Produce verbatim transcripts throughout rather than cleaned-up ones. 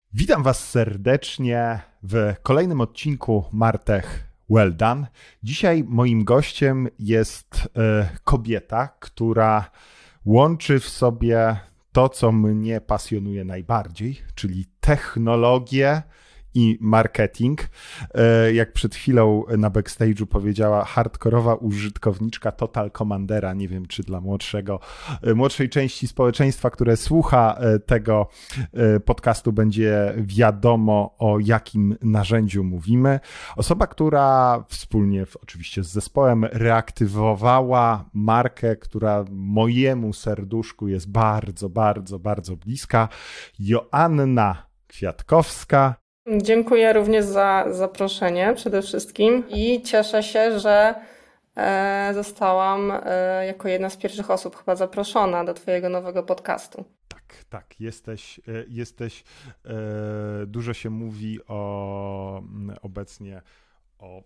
Witam Was serdecznie w kolejnym odcinku Martech Well Done. Dzisiaj moim gościem jest e, kobieta, która łączy w sobie to, co mnie pasjonuje najbardziej, czyli technologię i marketing. E, Jak przed chwilą na backstage'u powiedziała hardkorowa użytkowniczka Total Commandera, nie wiem czy dla młodszego, e, młodszej części społeczeństwa, które słucha e, tego e, podcastu będzie wiadomo, o jakim narzędziu mówimy. Osoba, która wspólnie w, oczywiście z zespołem reaktywowała markę, która mojemu serduszku jest bardzo, bardzo, bardzo bliska. Joanna Kwiatkowska. Dziękuję również za zaproszenie przede wszystkim i cieszę się, że e, zostałam e, jako jedna z pierwszych osób chyba zaproszona do Twojego nowego podcastu. Tak, tak, jesteś, e, jesteś, e, dużo się mówi o m, obecnie o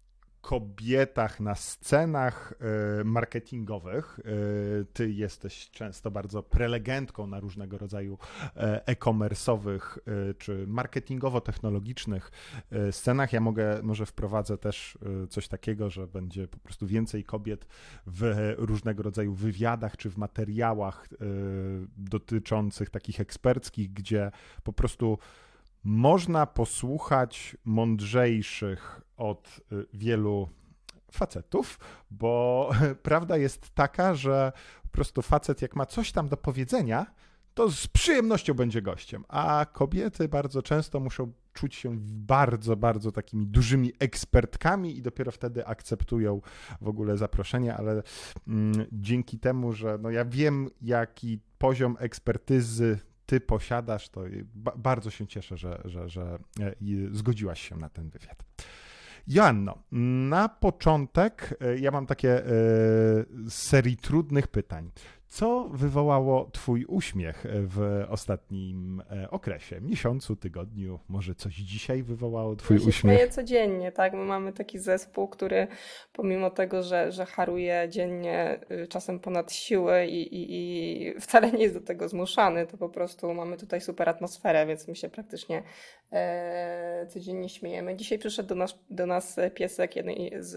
kobietach na scenach e, marketingowych. E, Ty jesteś często bardzo prelegentką na różnego rodzaju e, e-commerce'owych e, czy marketingowo-technologicznych e, scenach. Ja mogę, może wprowadzę też e, coś takiego, że będzie po prostu więcej kobiet w różnego rodzaju wywiadach czy w materiałach e, dotyczących takich eksperckich, gdzie po prostu można posłuchać mądrzejszych od wielu facetów, bo prawda jest taka, że po prostu facet jak ma coś tam do powiedzenia, to z przyjemnością będzie gościem, a kobiety bardzo często muszą czuć się bardzo, bardzo takimi dużymi ekspertkami i dopiero wtedy akceptują w ogóle zaproszenie, ale mm, dzięki temu, że no ja wiem, jaki poziom ekspertyzy ty posiadasz, to ba- bardzo się cieszę, że, że, że e, zgodziłaś się na ten wywiad. Joanno, na początek e, ja mam takie e, z serii trudnych pytań. Co wywołało twój uśmiech w ostatnim e, okresie, miesiącu, tygodniu? Może coś dzisiaj wywołało twój Ja się uśmiech? śmieję codziennie, tak? My mamy taki zespół, który pomimo tego, że, że haruje dziennie y, czasem ponad siły i, i, i wcale nie jest do tego zmuszany, to po prostu mamy tutaj super atmosferę, więc my się praktycznie e, codziennie śmiejemy. Dzisiaj przyszedł do nas, do nas piesek jednej z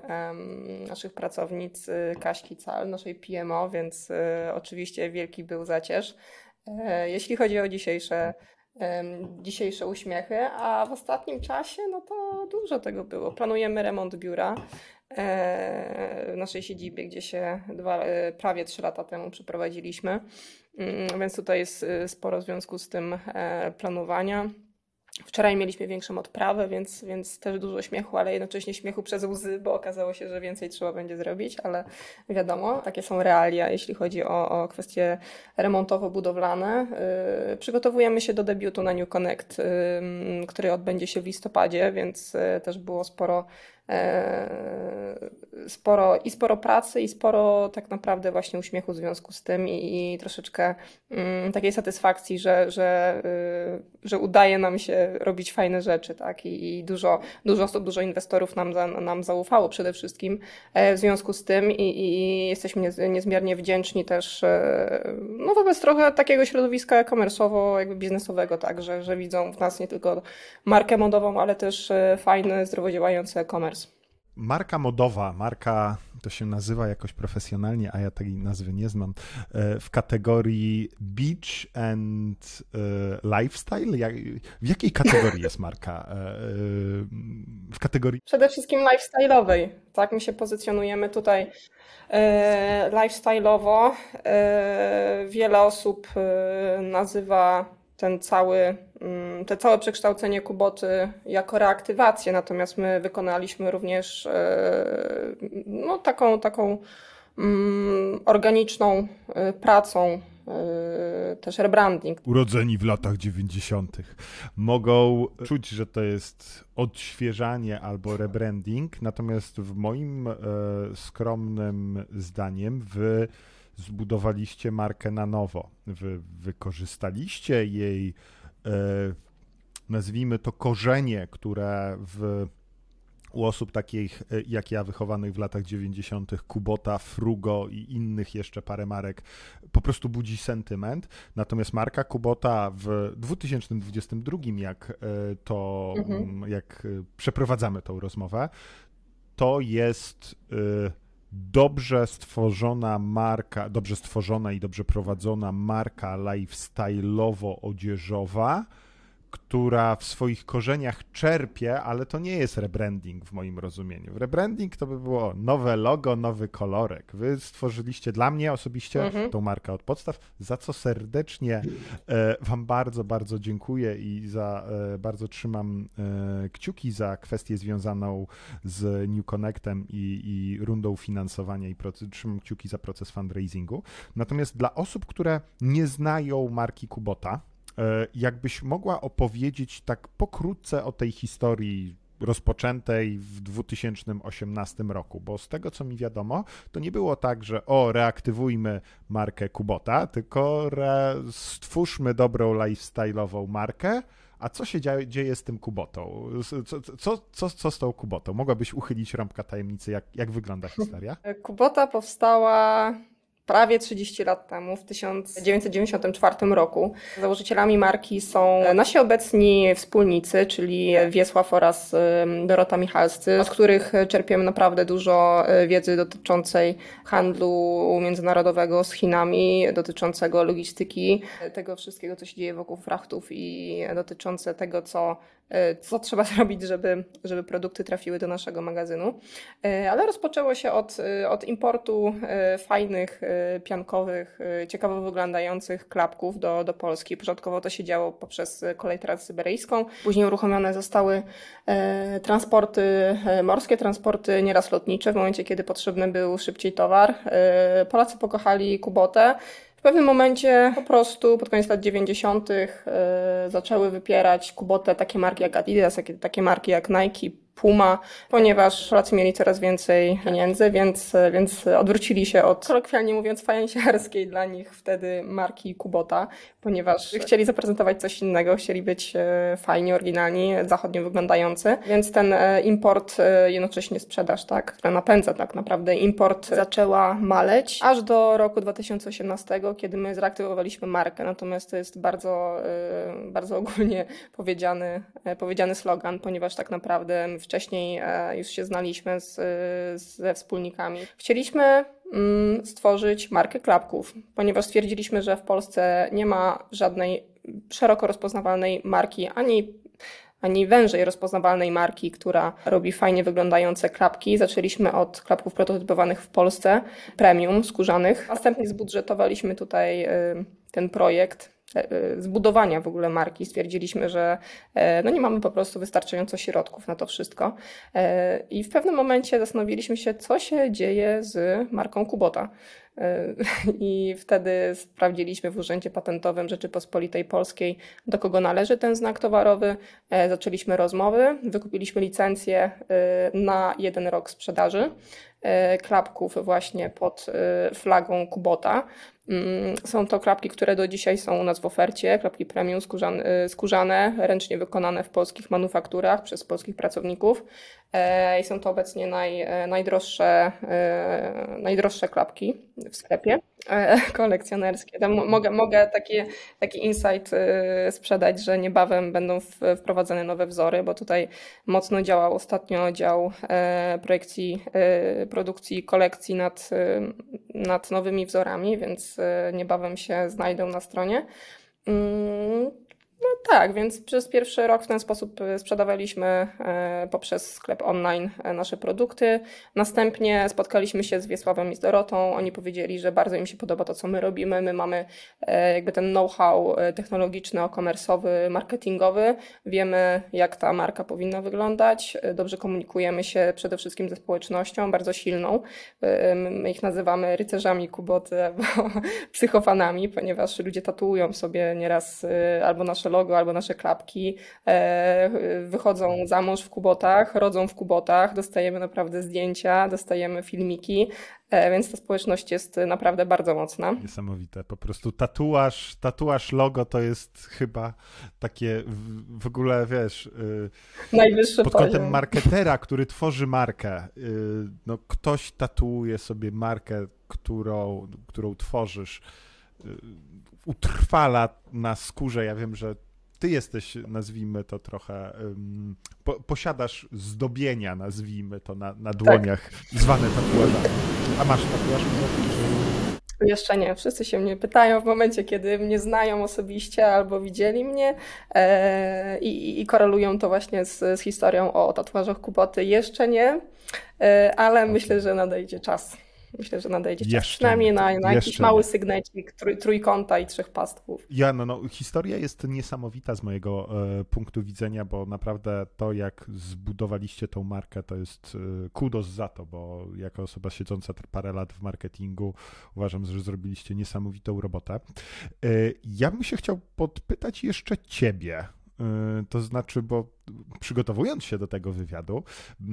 em, naszych pracownic, y, Kaśki Cal, naszej P M O, więc y, oczywiście wielki był zacierz. E, Jeśli chodzi o dzisiejsze em, dzisiejsze uśmiechy, a w ostatnim czasie, no to dużo tego było. Planujemy remont biura e, w naszej siedzibie, gdzie się dwa, e, prawie trzy lata temu przeprowadziliśmy, Mm, więc tutaj jest e, sporo w związku z tym e, planowania. Wczoraj mieliśmy większą odprawę, więc, więc też dużo śmiechu, ale jednocześnie śmiechu przez łzy, bo okazało się, że więcej trzeba będzie zrobić, ale wiadomo, takie są realia, jeśli chodzi o, o kwestie remontowo-budowlane. Yy, przygotowujemy się do debiutu na New Connect, yy, który odbędzie się w listopadzie, więc yy, też było sporo, yy, sporo i sporo pracy i sporo tak naprawdę właśnie uśmiechu w związku z tym i, i troszeczkę yy, takiej satysfakcji, że, że, yy, że udaje nam się robić fajne rzeczy, tak? I, i dużo, dużo osób, dużo inwestorów nam, za, nam zaufało przede wszystkim e, w związku z tym i, i jesteśmy niez, niezmiernie wdzięczni też e, no wobec trochę takiego środowiska e-commerce'owo, jakby biznesowego, tak? Że, że widzą w nas nie tylko markę modową, ale też e, fajny, zdrowo działający e-commerce. Marka modowa, marka to się nazywa jakoś profesjonalnie, a ja takiej nazwy nie znam, e, w kategorii beach and e, lifestyle? Jak, w jakiej kategorii jest marka? E, e, w kategorii... Przede wszystkim lifestyle'owej, tak? My się pozycjonujemy tutaj e, lifestyle'owo. E, wiele osób e, nazywa ten cały, mm, te całe przekształcenie Kuboty jako reaktywację, natomiast my wykonaliśmy również e, no, taką, taką mm, organiczną e, pracą, e, też rebranding. Urodzeni w latach dziewięćdziesiątych mogą czuć, że to jest odświeżanie albo rebranding, natomiast w moim e, skromnym zdaniem wy zbudowaliście markę na nowo. Wy wykorzystaliście jej, e, nazwijmy to, korzenie, które w u osób takich jak ja, wychowanych w latach dziewięćdziesiątych, Kubota, Frugo i innych jeszcze parę marek, po prostu budzi sentyment. Natomiast marka Kubota w dwa tysiące dwudziestym drugim, jak to, mhm. jak przeprowadzamy tą rozmowę, to jest dobrze stworzona marka, dobrze stworzona i dobrze prowadzona marka lifestyle'owo-odzieżowa, która w swoich korzeniach czerpie, ale to nie jest rebranding w moim rozumieniu. Rebranding to by było nowe logo, nowy kolorek. Wy stworzyliście dla mnie osobiście mhm. tą markę od podstaw, za co serdecznie e, wam bardzo, bardzo dziękuję i za e, bardzo trzymam e, kciuki za kwestię związaną z New Connectem i, i rundą finansowania i proces, trzymam kciuki za proces fundraisingu. Natomiast dla osób, które nie znają marki Kubota, jakbyś mogła opowiedzieć tak pokrótce o tej historii rozpoczętej w dwa tysiące osiemnastym roku, bo z tego, co mi wiadomo, to nie było tak, że o, reaktywujmy markę Kubota, tylko re, stwórzmy dobrą lifestyle'ową markę, a co się dzieje, dzieje z tym Kubotą? Co, co, co, co z tą Kubotą? Mogłabyś uchylić rąbka tajemnicy, jak, jak wygląda historia? Kubota powstała prawie trzydzieści lat temu, w tysiąc dziewięćset dziewięćdziesiątym czwartym roku. Założycielami marki są nasi obecni wspólnicy, czyli Wiesław oraz Dorota Michalscy, z których czerpiemy naprawdę dużo wiedzy dotyczącej handlu międzynarodowego z Chinami, dotyczącego logistyki, tego wszystkiego, co się dzieje wokół frachtów i dotyczące tego, co co trzeba zrobić, żeby, żeby produkty trafiły do naszego magazynu. Ale rozpoczęło się od, od importu fajnych, piankowych, ciekawo wyglądających klapków do, do Polski. Początkowo to się działo poprzez kolej transsyberyjską. Później uruchomione zostały transporty morskie, transporty nieraz lotnicze, w momencie, kiedy potrzebny był szybciej towar. Polacy pokochali Kubotę. W pewnym momencie po prostu pod koniec lat dziewięćdziesiątych zaczęły wypierać Kubotę takie marki jak Adidas, takie marki jak Nike, Puma, ponieważ Polacy mieli coraz więcej pieniędzy, więc, więc odwrócili się od, kolokwialnie mówiąc, fajansiarskiej dla nich wtedy marki Kubota, ponieważ chcieli zaprezentować coś innego, chcieli być fajni, oryginalni, zachodnio wyglądający, więc ten import, jednocześnie sprzedaż, tak, która napędza tak naprawdę import, zaczęła maleć aż do roku dwa tysiące osiemnastego, kiedy my zreaktywowaliśmy markę, natomiast to jest bardzo, bardzo ogólnie powiedziany, powiedziany slogan, ponieważ tak naprawdę wcześniej już się znaliśmy z, ze wspólnikami. Chcieliśmy stworzyć markę klapków, ponieważ stwierdziliśmy, że w Polsce nie ma żadnej szeroko rozpoznawalnej marki, ani, ani wężej rozpoznawalnej marki, która robi fajnie wyglądające klapki. Zaczęliśmy od klapków prototypowanych w Polsce, premium, skórzanych. Następnie zbudżetowaliśmy tutaj ten projekt zbudowania w ogóle marki. Stwierdziliśmy, że no nie mamy po prostu wystarczająco środków na to wszystko. I w pewnym momencie zastanowiliśmy się, co się dzieje z marką Kubota. I wtedy sprawdziliśmy w Urzędzie Patentowym Rzeczypospolitej Polskiej, do kogo należy ten znak towarowy. Zaczęliśmy rozmowy, wykupiliśmy licencję na jeden rok sprzedaży klapków właśnie pod flagą Kubota. Są to klapki, które do dzisiaj są u nas w ofercie, klapki premium skórzane, skórzane ręcznie wykonane w polskich manufakturach przez polskich pracowników i są to obecnie naj, najdroższe, najdroższe klapki w sklepie kolekcjonerskie. Tam mogę, mogę taki, taki insight sprzedać, że niebawem będą wprowadzane nowe wzory, bo tutaj mocno działał ostatnio dział projekcji, produkcji kolekcji nad, nad nowymi wzorami, więc niebawem się znajdą na stronie. No tak, więc przez pierwszy rok w ten sposób sprzedawaliśmy poprzez sklep online nasze produkty. Następnie spotkaliśmy się z Wiesławem i z Dorotą. Oni powiedzieli, że bardzo im się podoba to, co my robimy. My mamy jakby ten know-how technologiczny, e-commerce'owy, marketingowy. Wiemy, jak ta marka powinna wyglądać. Dobrze komunikujemy się przede wszystkim ze społecznością, bardzo silną. My ich nazywamy rycerzami Kuboty albo psychofanami, ponieważ ludzie tatuują sobie nieraz albo nasze nasze logo albo nasze klapki, wychodzą za mąż w Kubotach, rodzą w Kubotach, dostajemy naprawdę zdjęcia, dostajemy filmiki, więc ta społeczność jest naprawdę bardzo mocna. Niesamowite, po prostu tatuaż, tatuaż logo to jest chyba takie w, w ogóle, wiesz, najwyższy pod poziom. kątem marketera, który tworzy markę, no ktoś tatuuje sobie markę, którą, którą tworzysz, utrwala na skórze. Ja wiem, że ty jesteś, nazwijmy to trochę, um, po, posiadasz zdobienia, nazwijmy to, na, na dłoniach, tak, zwane tatuażami. A masz tatuaż? Jeszcze nie. Wszyscy się mnie pytają w momencie, kiedy mnie znają osobiście albo widzieli mnie e, i, i korelują to właśnie z, z historią o tatuażach Kuboty. Jeszcze nie, e, ale okay, myślę, że nadejdzie czas. Myślę, że nadejdzie czas. Jeszcze przynajmniej na, na jakiś mały nie. sygnecik trój, trójkąta i trzech pastków. Ja, no, no, historia jest niesamowita z mojego e, punktu widzenia, bo naprawdę to, jak zbudowaliście tą markę, to jest e, kudos za to, bo jako osoba siedząca parę lat w marketingu uważam, że zrobiliście niesamowitą robotę. E, ja bym się chciał podpytać jeszcze ciebie, e, to znaczy, bo przygotowując się do tego wywiadu,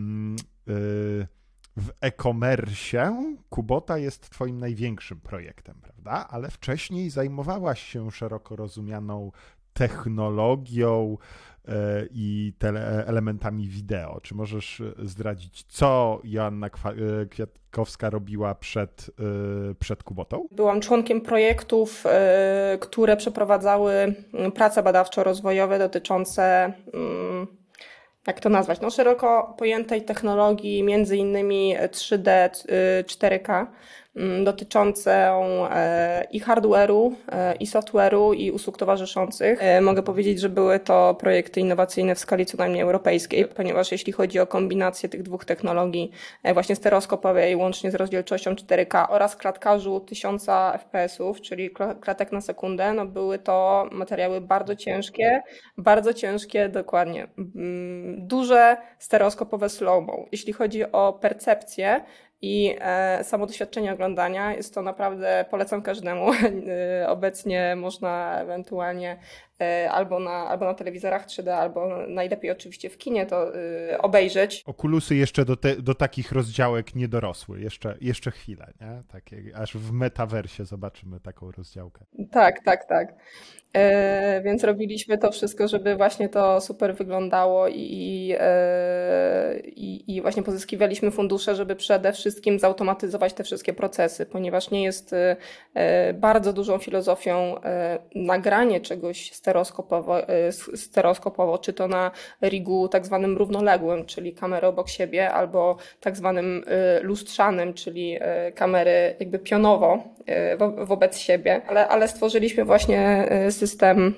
e, w e-commerce Kubota jest twoim największym projektem, prawda? Ale wcześniej zajmowałaś się szeroko rozumianą technologią e, i tele, elementami wideo. Czy możesz zdradzić, co Joanna Kwiatkowska robiła przed, e, przed Kubotą? Byłam członkiem projektów, e, które przeprowadzały prace badawczo-rozwojowe dotyczące mm, jak to nazwać, no szeroko pojętej technologii, między innymi trzy D, cztery K, dotyczącą i hardware'u, i software'u, i usług towarzyszących. Mogę powiedzieć, że były to projekty innowacyjne w skali co najmniej europejskiej, ponieważ jeśli chodzi o kombinację tych dwóch technologii, właśnie stereoskopowej łącznie z rozdzielczością cztery K oraz klatkarzu tysiąc F P S-ów, czyli klatek na sekundę, no były to materiały bardzo ciężkie, bardzo ciężkie, dokładnie, duże stereoskopowe slow-mo. Jeśli chodzi o percepcję i e, samo doświadczenie oglądania, jest to naprawdę, polecam każdemu. Obecnie można ewentualnie e, albo, na, albo na telewizorach trzy D, albo najlepiej oczywiście w kinie to e, obejrzeć. Okulusy jeszcze do, te, do takich rozdziałek nie dorosły, jeszcze, jeszcze chwilę, nie? Takie, aż w metaversie zobaczymy taką rozdziałkę. Tak, tak, tak. E, więc robiliśmy to wszystko, żeby właśnie to super wyglądało i, e, i, i właśnie pozyskiwaliśmy fundusze, żeby przede wszystkim zautomatyzować te wszystkie procesy, ponieważ nie jest e, bardzo dużą filozofią e, nagranie czegoś stereoskopowo, e, stereoskopowo, czy to na rigu tak zwanym równoległym, czyli kamery obok siebie, albo tak zwanym e, lustrzanym, czyli e, kamery jakby pionowo e, wo, wobec siebie, ale, ale stworzyliśmy właśnie system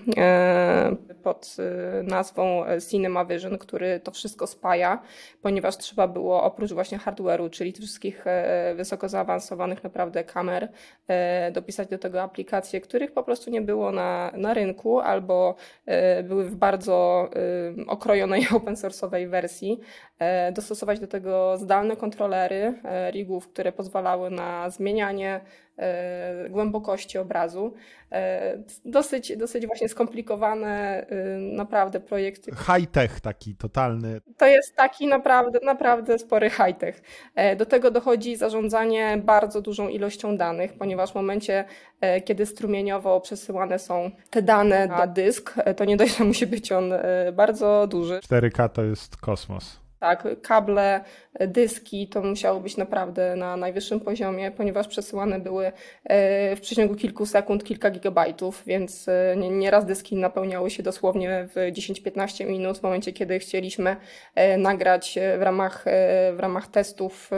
pod nazwą Cinema Vision, który to wszystko spaja, ponieważ trzeba było oprócz właśnie hardware'u, czyli tych wszystkich wysoko zaawansowanych naprawdę kamer, dopisać do tego aplikacje, których po prostu nie było na, na rynku albo były w bardzo okrojonej open source'owej wersji. Dostosować do tego zdalne kontrolery rigów, które pozwalały na zmienianie głębokości obrazu. Dosyć, dosyć właśnie skomplikowane naprawdę projekty. High-tech taki totalny. To jest taki naprawdę, naprawdę spory high-tech. Do tego dochodzi zarządzanie bardzo dużą ilością danych, ponieważ w momencie, kiedy strumieniowo przesyłane są te dane na dysk, to nie dość, że musi być on bardzo duży. cztery K to jest kosmos. Tak, kable, dyski to musiało być naprawdę na najwyższym poziomie, ponieważ przesyłane były w przeciągu kilku sekund kilka gigabajtów, więc nieraz dyski napełniały się dosłownie w dziesięć piętnaście minut w momencie, kiedy chcieliśmy nagrać w ramach, w ramach testów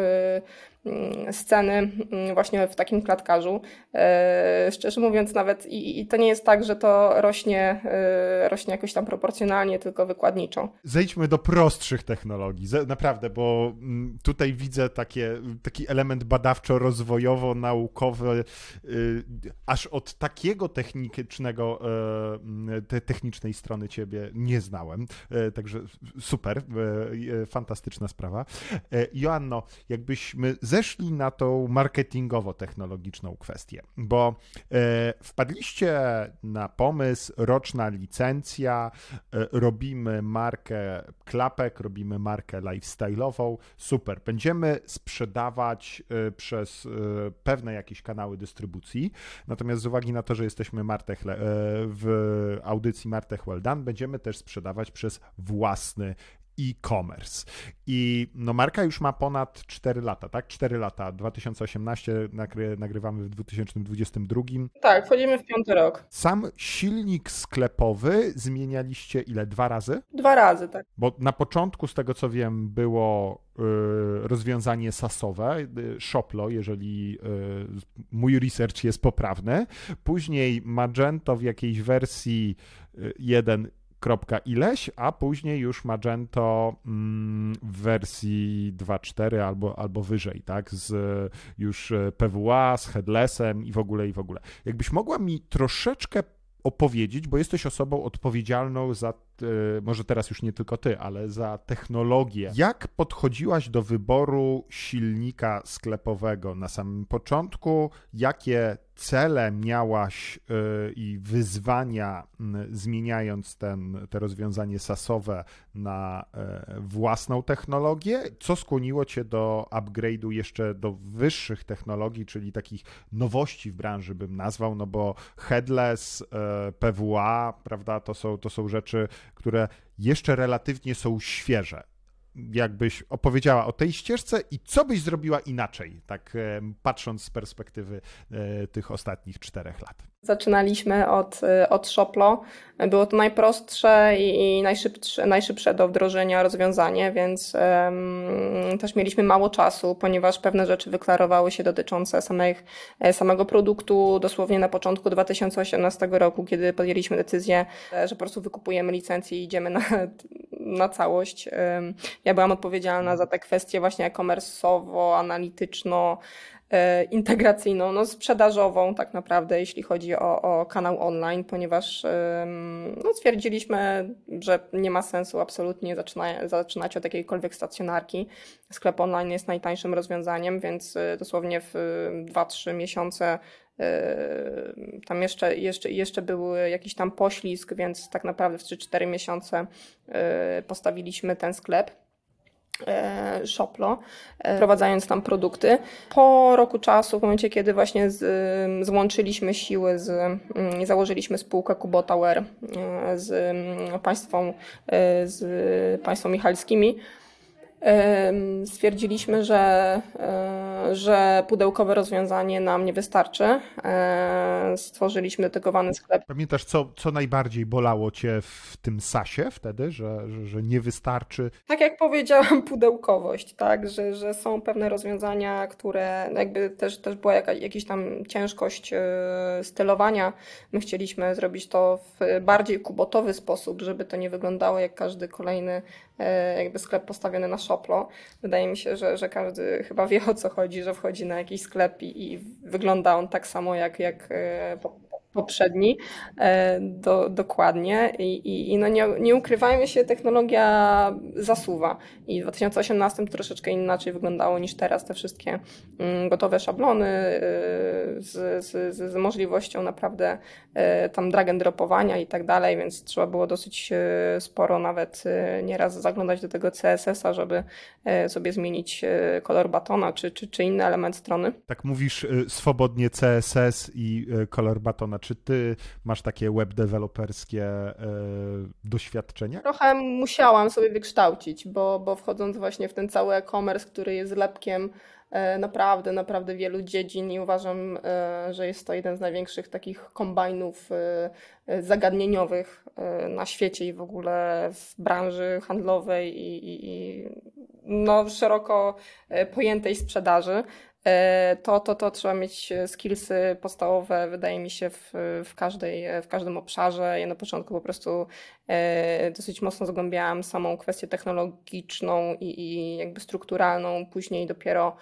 sceny właśnie w takim klatkarzu. Szczerze mówiąc nawet i, i to nie jest tak, że to rośnie, rośnie jakoś tam proporcjonalnie, tylko wykładniczo. Zejdźmy do prostszych technologii, naprawdę, bo tutaj widzę takie, taki element badawczo-rozwojowo-naukowy, aż od takiego technicznego, te technicznej strony ciebie nie znałem, także super, fantastyczna sprawa. Joanno, jakbyśmy zeszli na tą marketingowo-technologiczną kwestię, bo e, wpadliście na pomysł, roczna licencja, e, robimy markę klapek, robimy markę lifestyle'ową, super, będziemy sprzedawać e, przez e, pewne jakieś kanały dystrybucji, natomiast z uwagi na to, że jesteśmy Martech, e, w audycji Martech Well Done, będziemy też sprzedawać przez własny e-commerce. I no marka już ma ponad cztery lata, tak? cztery lata. dwa tysiące osiemnasty nagry, nagrywamy w dwa tysiące dwudziestym drugim. Tak, wchodzimy w piąty rok. Sam silnik sklepowy zmienialiście ile? Dwa razy? Dwa razy, tak. Bo na początku, z tego co wiem, było y, rozwiązanie sasowe, y, Shoplo, jeżeli y, mój research jest poprawny. Później Magento w jakiejś wersji y, jeden kropka ileś, a później już Magento w wersji dwa cztery albo, albo wyżej, tak, z już P W A, z headlessem i w ogóle, i w ogóle. Jakbyś mogła mi troszeczkę opowiedzieć, bo jesteś osobą odpowiedzialną za, może teraz już nie tylko ty, ale za technologię. Jak podchodziłaś do wyboru silnika sklepowego na samym początku? Jakie cele miałaś i wyzwania, zmieniając ten, te rozwiązanie sasowe na własną technologię? Co skłoniło cię do upgrade'u jeszcze do wyższych technologii, czyli takich nowości w branży bym nazwał, no bo headless, P W A, prawda, to są, to są rzeczy, które jeszcze relatywnie są świeże. Jakbyś opowiedziała o tej ścieżce i co byś zrobiła inaczej, tak patrząc z perspektywy tych ostatnich czterech lat? Zaczynaliśmy od, od Shoplo. Było to najprostsze i najszybsze, najszybsze do wdrożenia rozwiązanie, więc um, też mieliśmy mało czasu, ponieważ pewne rzeczy wyklarowały się dotyczące samych, samego produktu dosłownie na początku dwa tysiące osiemnastego roku, kiedy podjęliśmy decyzję, że po prostu wykupujemy licencję i idziemy na, na całość. Ja byłam odpowiedzialna za te kwestie właśnie e-commerce'owo, analityczno, integracyjną, no sprzedażową tak naprawdę, jeśli chodzi o, o kanał online, ponieważ no, stwierdziliśmy, że nie ma sensu absolutnie zaczyna, zaczynać od jakiejkolwiek stacjonarki. Sklep online jest najtańszym rozwiązaniem, więc dosłownie w dwa trzy miesiące tam jeszcze, jeszcze, jeszcze był jakiś tam poślizg, więc tak naprawdę w trzy cztery miesiące postawiliśmy ten sklep. Shoplo, wprowadzając tam produkty. Po roku czasu, w momencie kiedy właśnie z, złączyliśmy siły, z, założyliśmy spółkę Kubotauer z państwą, z państwą michalskimi, stwierdziliśmy, że, że pudełkowe rozwiązanie nam nie wystarczy. Stworzyliśmy dedykowany sklep. Pamiętasz, co, co najbardziej bolało cię w tym sasie wtedy, że, że, że nie wystarczy? Tak jak powiedziałam, pudełkowość, tak, że, że są pewne rozwiązania, które jakby też, też była jakaś, jakaś tam ciężkość stylowania. My chcieliśmy zrobić to w bardziej kubotowy sposób, żeby to nie wyglądało jak każdy kolejny jakby sklep postawiony na Shoplo. Wydaje mi się, że, że każdy chyba wie, o co chodzi, że wchodzi na jakiś sklep i, i wygląda on tak samo jak, jak poprzedni, do, dokładnie i, i, i no nie, nie ukrywajmy się, technologia zasuwa i w dwa tysiące osiemnastym troszeczkę inaczej wyglądało niż teraz, te wszystkie gotowe szablony z, z, z możliwością naprawdę tam drag and dropowania i tak dalej, więc trzeba było dosyć sporo nawet nieraz zaglądać do tego C S S a, żeby sobie zmienić kolor batona czy, czy, czy inny element strony. Tak mówisz swobodnie C S S i kolor batona. Czy ty masz takie web deweloperskie e, doświadczenia? Trochę musiałam sobie wykształcić, bo, bo wchodząc właśnie w ten cały e-commerce, który jest zlepkiem e, naprawdę, naprawdę wielu dziedzin i uważam, e, że jest to jeden z największych takich kombajnów e, zagadnieniowych e, na świecie i w ogóle w branży handlowej i, i, i no, szeroko pojętej sprzedaży. To, to, to trzeba mieć skillsy podstawowe, wydaje mi się, w, w, każdej, w każdym obszarze. Ja na początku po prostu dosyć mocno zgłębiałam samą kwestię technologiczną i, i jakby strukturalną, później dopiero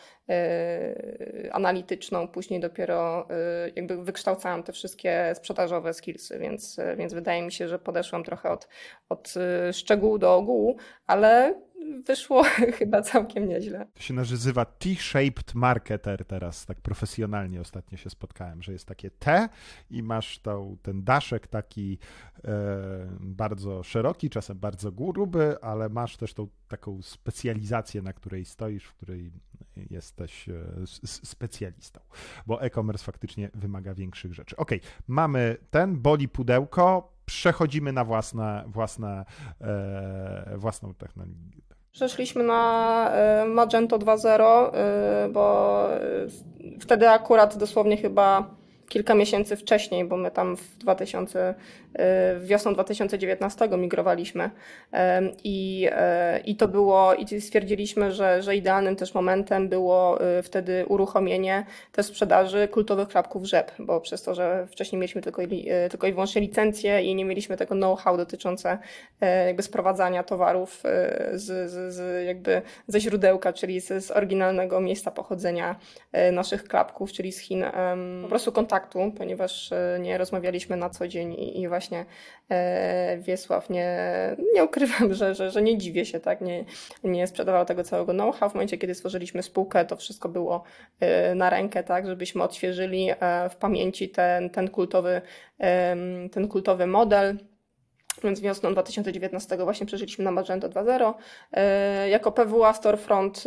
analityczną, później dopiero jakby wykształcałam te wszystkie sprzedażowe skillsy, więc, więc wydaje mi się, że podeszłam trochę od, od szczegółu do ogółu, ale wyszło chyba całkiem nieźle. To się nazywa T-shaped marketer teraz, tak profesjonalnie ostatnio się spotkałem, że jest takie T i masz tą, ten daszek taki e, bardzo szeroki, czasem bardzo gruby, ale masz też tą taką specjalizację, na której stoisz, w której jesteś e, specjalistą, bo e-commerce faktycznie wymaga większych rzeczy. Ok, mamy ten, boli pudełko, przechodzimy na własne, własne, e, własną technologię. Przeszliśmy na Magento dwa zero, bo wtedy akurat dosłownie chyba kilka miesięcy wcześniej, bo my tam w dwa tysiące, wiosną dwa tysiące dziewiętnastego migrowaliśmy i, i to było, i stwierdziliśmy, że, że idealnym też momentem było wtedy uruchomienie też sprzedaży kultowych klapków rzep, bo przez to, że wcześniej mieliśmy tylko, tylko i wyłącznie licencje i nie mieliśmy tego know-how dotyczące jakby sprowadzania towarów z, z, z jakby ze źródełka, czyli z, z oryginalnego miejsca pochodzenia naszych klapków, czyli z Chin, po prostu kontaktu, ponieważ nie rozmawialiśmy na co dzień i, i właśnie Wiesław, nie, nie ukrywam, że, że, że nie dziwię się, tak, nie, nie sprzedawał tego całego know-how. W momencie, kiedy stworzyliśmy spółkę, to wszystko było na rękę, tak, żebyśmy odświeżyli w pamięci ten, ten kultowy, ten kultowy model. Więc wiosną dwa tysiące dziewiętnastego właśnie przeżyliśmy na Magento dwa zero. Jako P W A Storefront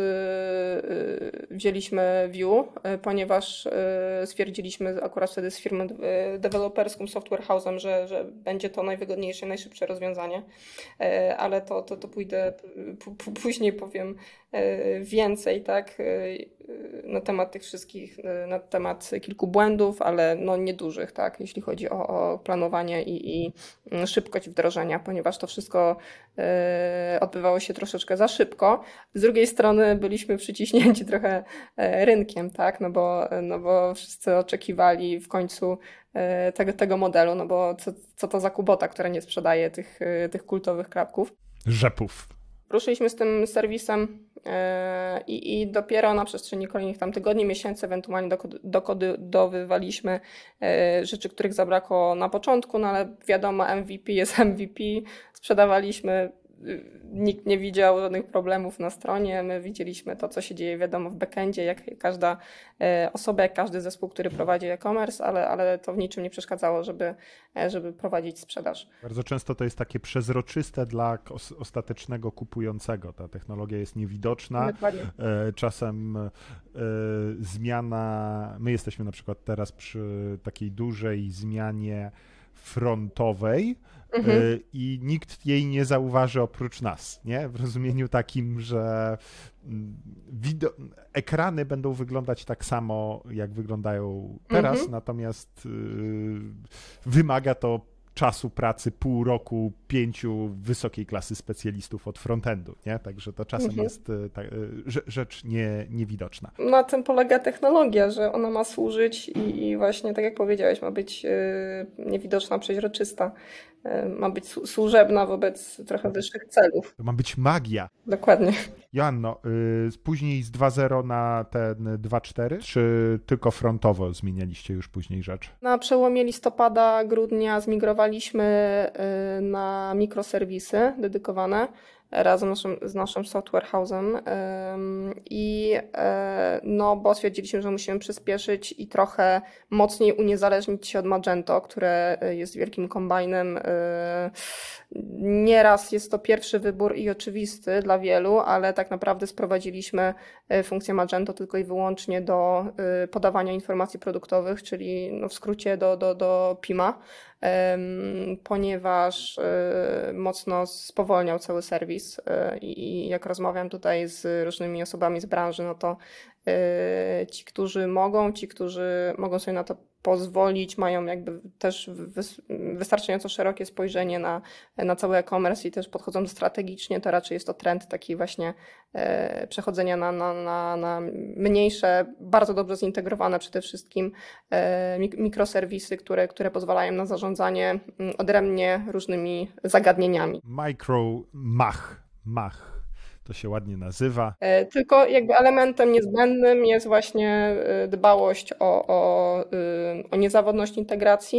wzięliśmy Vue, ponieważ stwierdziliśmy akurat wtedy z firmą deweloperską Software House'em, że, że będzie to najwygodniejsze, najszybsze rozwiązanie, ale to, to, to pójdę, p- później powiem więcej, tak, na temat tych wszystkich, na temat kilku błędów, ale no niedużych, tak, jeśli chodzi o, o planowanie i, i szybkość wdrożenia, ponieważ to wszystko odbywało się troszeczkę za szybko. Z drugiej strony byliśmy przyciśnięci trochę rynkiem, tak, no bo, no bo wszyscy oczekiwali w końcu tego, tego modelu, no bo co, co to za Kubota, która nie sprzedaje tych, tych kultowych klapków. Rzepów. Ruszyliśmy z tym serwisem i, i dopiero na przestrzeni kolejnych tam tygodni, miesięcy ewentualnie dokodowywaliśmy rzeczy, których zabrakło na początku, no ale wiadomo, M V P jest M V P, sprzedawaliśmy, nikt nie widział żadnych problemów na stronie, my widzieliśmy to, co się dzieje, wiadomo, w backendzie, jak każda osoba, jak każdy zespół, który prowadzi e-commerce, ale, ale to w niczym nie przeszkadzało, żeby, żeby prowadzić sprzedaż. Bardzo często to jest takie przezroczyste dla ostatecznego kupującego. Ta technologia jest niewidoczna. Dokładnie. Czasem zmiana, my jesteśmy na przykład teraz przy takiej dużej zmianie frontowej, mhm. i nikt jej nie zauważy oprócz nas, nie? W rozumieniu takim, że wido- ekrany będą wyglądać tak samo, jak wyglądają teraz, mhm. natomiast yy, wymaga to czasu pracy pół roku, pięciu wysokiej klasy specjalistów od frontendu, nie? Także to czasem mhm. jest ta, rzecz nie, niewidoczna. Na tym polega technologia, że ona ma służyć i, i właśnie, tak jak powiedziałeś, ma być yy, niewidoczna, przeźroczysta. Ma być służebna wobec trochę wyższych celów. To ma być magia. Dokładnie. Joanno, y, później z dwa zero na ten dwa cztery, czy tylko frontowo zmienialiście już później rzecz? Na przełomie listopada, grudnia zmigrowaliśmy y, na mikroserwisy dedykowane razem naszym, z naszym software house'em i no, bo stwierdziliśmy, że musimy przyspieszyć i trochę mocniej uniezależnić się od Magento, które jest wielkim kombajnem. Nieraz jest to pierwszy wybór i oczywisty dla wielu, ale tak naprawdę sprowadziliśmy funkcję Magento tylko i wyłącznie do podawania informacji produktowych, czyli no w skrócie do, do, do P I M-a, ponieważ mocno spowolniał cały serwis i jak rozmawiam tutaj z różnymi osobami z branży, no to ci, którzy mogą, ci, którzy mogą sobie na to pozwolić, mają jakby też wystarczająco szerokie spojrzenie na, na cały e-commerce i też podchodzą strategicznie, to raczej jest to trend taki właśnie e, przechodzenia na, na, na, na mniejsze, bardzo dobrze zintegrowane przede wszystkim e, mikroserwisy, które, które pozwalają na zarządzanie odrębnie różnymi zagadnieniami. Micro Mach, Mach. To się ładnie nazywa. Tylko jakby elementem niezbędnym jest właśnie dbałość o, o, o niezawodność integracji,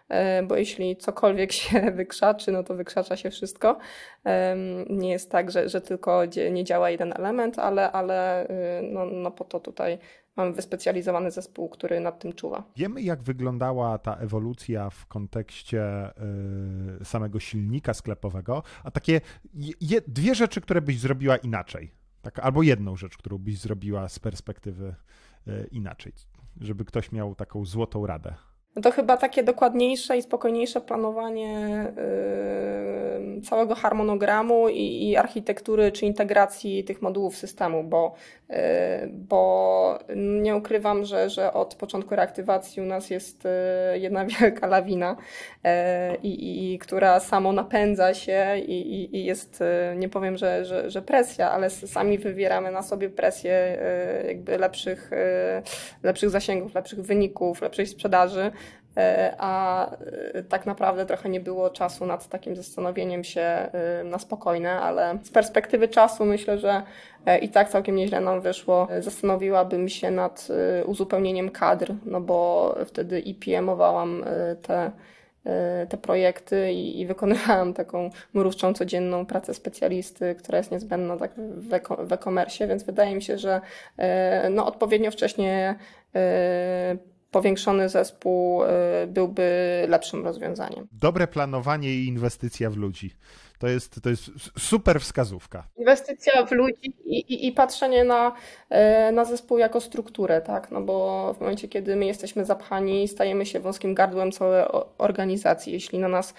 bo jeśli cokolwiek się wykrzaczy, no to wykrzacza się wszystko. Nie jest tak, że, że tylko nie działa jeden element, ale, ale no, no po to tutaj mamy wyspecjalizowany zespół, który nad tym czuwa. Wiemy, jak wyglądała ta ewolucja w kontekście y, samego silnika sklepowego, a takie je, dwie rzeczy, które byś zrobiła inaczej, tak, albo jedną rzecz, którą byś zrobiła z perspektywy y, inaczej, żeby ktoś miał taką złotą radę. No to chyba takie dokładniejsze i spokojniejsze planowanie yy, całego harmonogramu i, i architektury czy integracji tych modułów systemu, bo, yy, bo nie ukrywam, że, że od początku reaktywacji u nas jest yy, jedna wielka lawina, yy, i, i, która samo napędza się i, i, i jest, yy, nie powiem, że, że, że presja, ale sami wywieramy na sobie presję yy, jakby lepszych, yy, lepszych zasięgów, lepszych wyników, lepszej sprzedaży. A tak naprawdę trochę nie było czasu nad takim zastanowieniem się na spokojne, ale z perspektywy czasu myślę, że i tak całkiem nieźle nam wyszło. Zastanowiłabym się nad uzupełnieniem kadr, no bo wtedy i P M-owałam te, te projekty i, i wykonywałam taką mrówczą codzienną pracę specjalisty, która jest niezbędna tak w e-commerce, więc wydaje mi się, że no, odpowiednio wcześnie powiększony zespół byłby lepszym rozwiązaniem. Dobre planowanie i inwestycja w ludzi. To jest, to jest super wskazówka. Inwestycja w ludzi i, i, i patrzenie na, na zespół jako strukturę, tak? No bo w momencie, kiedy my jesteśmy zapchani, stajemy się wąskim gardłem całej organizacji. Jeśli na nas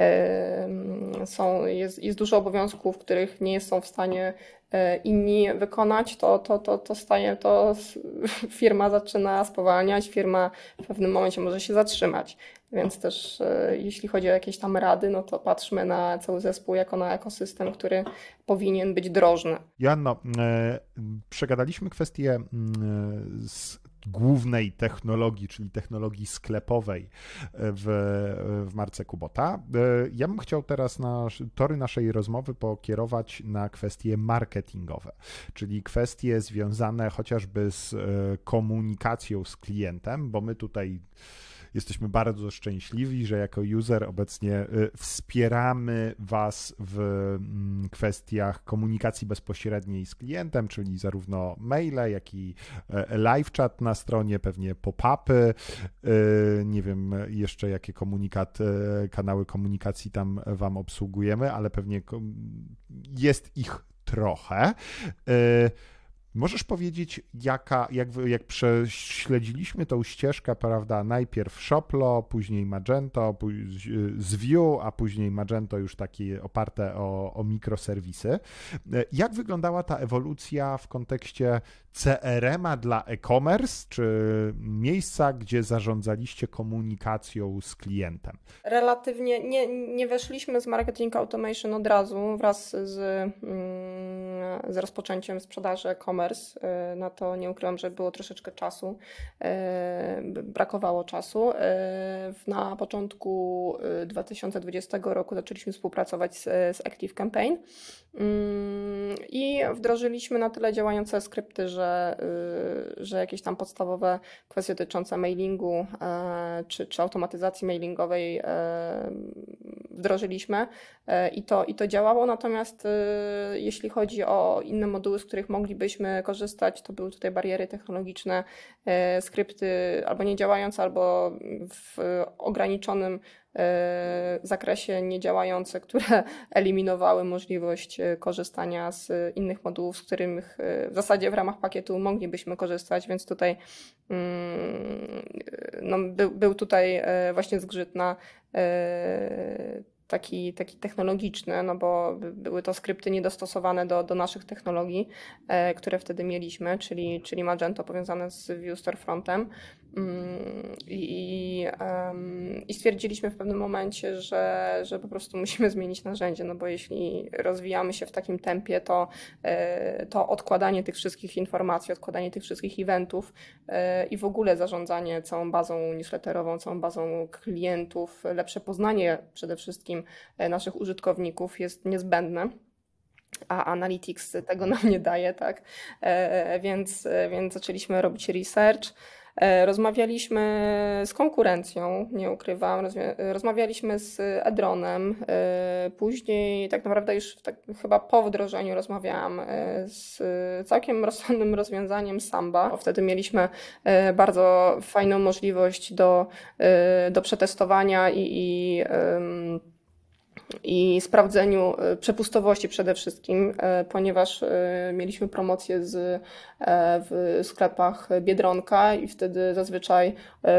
są, jest, jest dużo obowiązków, których nie są w stanie inni wykonać, to, to, to, to staje, to firma zaczyna spowalniać, firma w pewnym momencie może się zatrzymać. Więc też jeśli chodzi o jakieś tam rady, no to patrzmy na cały zespół jako na ekosystem, który powinien być drożny. Joanno, przegadaliśmy kwestię z głównej technologii, czyli technologii sklepowej w, w marce Kubota. Ja bym chciał teraz nasz, tory naszej rozmowy pokierować na kwestie marketingowe, czyli kwestie związane chociażby z komunikacją z klientem, bo my tutaj jesteśmy bardzo szczęśliwi, że jako user obecnie wspieramy Was w kwestiach komunikacji bezpośredniej z klientem, czyli zarówno maile, jak i live chat na stronie, pewnie pop-upy, nie wiem jeszcze jakie komunikat, kanały komunikacji tam Wam obsługujemy, ale pewnie jest ich trochę. Możesz powiedzieć, jaka, jak, jak prześledziliśmy tą ścieżkę, prawda, najpierw Shoplo, później Magento, z Vue, a później Magento już takie oparte o, o mikroserwisy. Jak wyglądała ta ewolucja w kontekście C R M-a dla e-commerce, czy miejsca, gdzie zarządzaliście komunikacją z klientem? Relatywnie nie, nie weszliśmy z marketing automation od razu wraz z, z rozpoczęciem sprzedaży e-commerce. Na to nie ukrywam, że było troszeczkę czasu, brakowało czasu. Na początku dwa tysiące dwudziestego roku zaczęliśmy współpracować z, z ActiveCampaign i wdrożyliśmy na tyle działające skrypty, że, że jakieś tam podstawowe kwestie dotyczące mailingu czy, czy automatyzacji mailingowej wdrożyliśmy i to, i to działało, natomiast jeśli chodzi o inne moduły, z których moglibyśmy korzystać, to były tutaj bariery technologiczne, skrypty albo niedziałające, albo w ograniczonym zakresie niedziałające, które eliminowały możliwość korzystania z innych modułów, z których w zasadzie w ramach pakietu moglibyśmy korzystać, więc tutaj no, był, był tutaj właśnie zgrzyt na taki, taki technologiczny, no bo były to skrypty niedostosowane do, do naszych technologii, e, które wtedy mieliśmy, czyli, czyli Magento powiązane z Vue Storefrontem. I, um, i stwierdziliśmy w pewnym momencie, że, że po prostu musimy zmienić narzędzie, no bo jeśli rozwijamy się w takim tempie, to, to odkładanie tych wszystkich informacji, odkładanie tych wszystkich eventów i w ogóle zarządzanie całą bazą newsletterową, całą bazą klientów, lepsze poznanie przede wszystkim naszych użytkowników jest niezbędne. A Analytics tego nam nie daje, tak? Więc, więc zaczęliśmy robić research. Rozmawialiśmy z konkurencją, nie ukrywam, rozmawialiśmy z Edronem, później tak naprawdę już tak, chyba po wdrożeniu rozmawiałam z całkiem rozsądnym rozwiązaniem Samba. Wtedy mieliśmy bardzo fajną możliwość do, do przetestowania i, i i sprawdzeniu przepustowości przede wszystkim, ponieważ mieliśmy promocję z, w sklepach Biedronka i wtedy zazwyczaj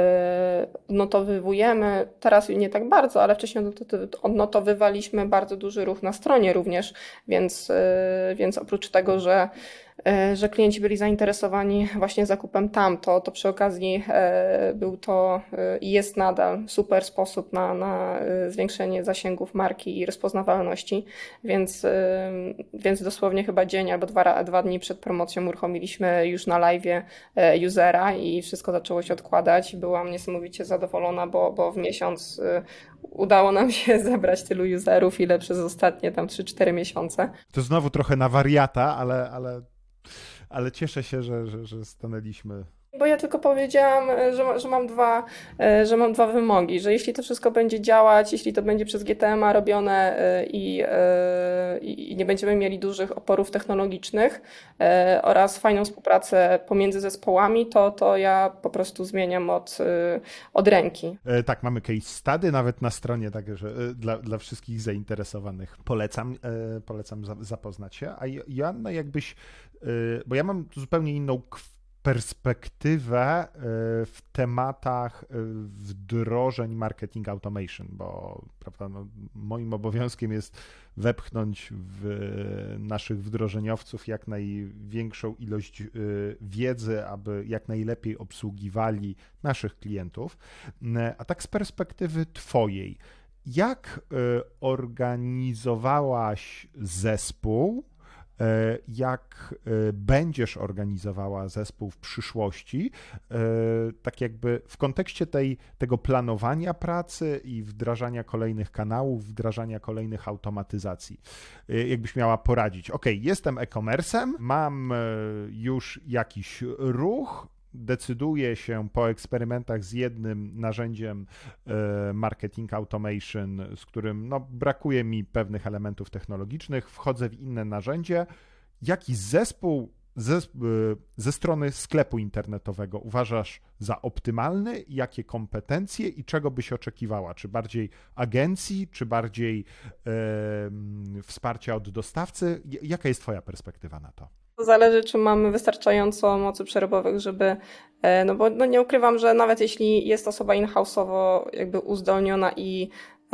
odnotowujemy, teraz nie tak bardzo, ale wcześniej odnotowywaliśmy bardzo duży ruch na stronie również, więc, więc oprócz tego, że że klienci byli zainteresowani właśnie zakupem tam, to, to przy okazji był to i jest nadal super sposób na, na zwiększenie zasięgów marki i rozpoznawalności, więc, więc dosłownie chyba dzień albo dwa, dwa dni przed promocją uruchomiliśmy już na live'ie usera i wszystko zaczęło się odkładać. Byłam niesamowicie zadowolona, bo, bo w miesiąc udało nam się zebrać tylu userów, ile przez ostatnie tam trzy cztery miesiące. To znowu trochę na wariata, ale, ale, ale cieszę się, że, że, że stanęliśmy. Bo ja tylko powiedziałam, że, że, mam dwa, że mam dwa wymogi, że jeśli to wszystko będzie działać, jeśli to będzie przez G T M A robione i, i nie będziemy mieli dużych oporów technologicznych oraz fajną współpracę pomiędzy zespołami, to, to ja po prostu zmieniam od, od ręki. Tak, mamy case study nawet na stronie, także dla, dla wszystkich zainteresowanych polecam, polecam zapoznać się. A Joanna, jakbyś, bo ja mam zupełnie inną kwestię, perspektywę w tematach wdrożeń marketing automation, bo prawda, no, moim obowiązkiem jest wepchnąć w naszych wdrożeniowców jak największą ilość wiedzy, aby jak najlepiej obsługiwali naszych klientów. A tak z perspektywy twojej, jak organizowałaś zespół, jak będziesz organizowała zespół w przyszłości, tak jakby w kontekście tej, tego planowania pracy i wdrażania kolejnych kanałów, wdrażania kolejnych automatyzacji. Jakbyś miała poradzić, ok, jestem e-commerce'em, mam już jakiś ruch, decyduję się po eksperymentach z jednym narzędziem marketing automation, z którym no, brakuje mi pewnych elementów technologicznych, wchodzę w inne narzędzie. Jaki zespół ze, ze strony sklepu internetowego uważasz za optymalny? Jakie kompetencje i czego byś oczekiwała? Czy bardziej agencji, czy bardziej e, wsparcia od dostawcy? Jaka jest twoja perspektywa na to? To zależy, czy mamy wystarczająco mocy przerobowych, żeby, no bo no nie ukrywam, że nawet jeśli jest osoba in-house'owo jakby uzdolniona i,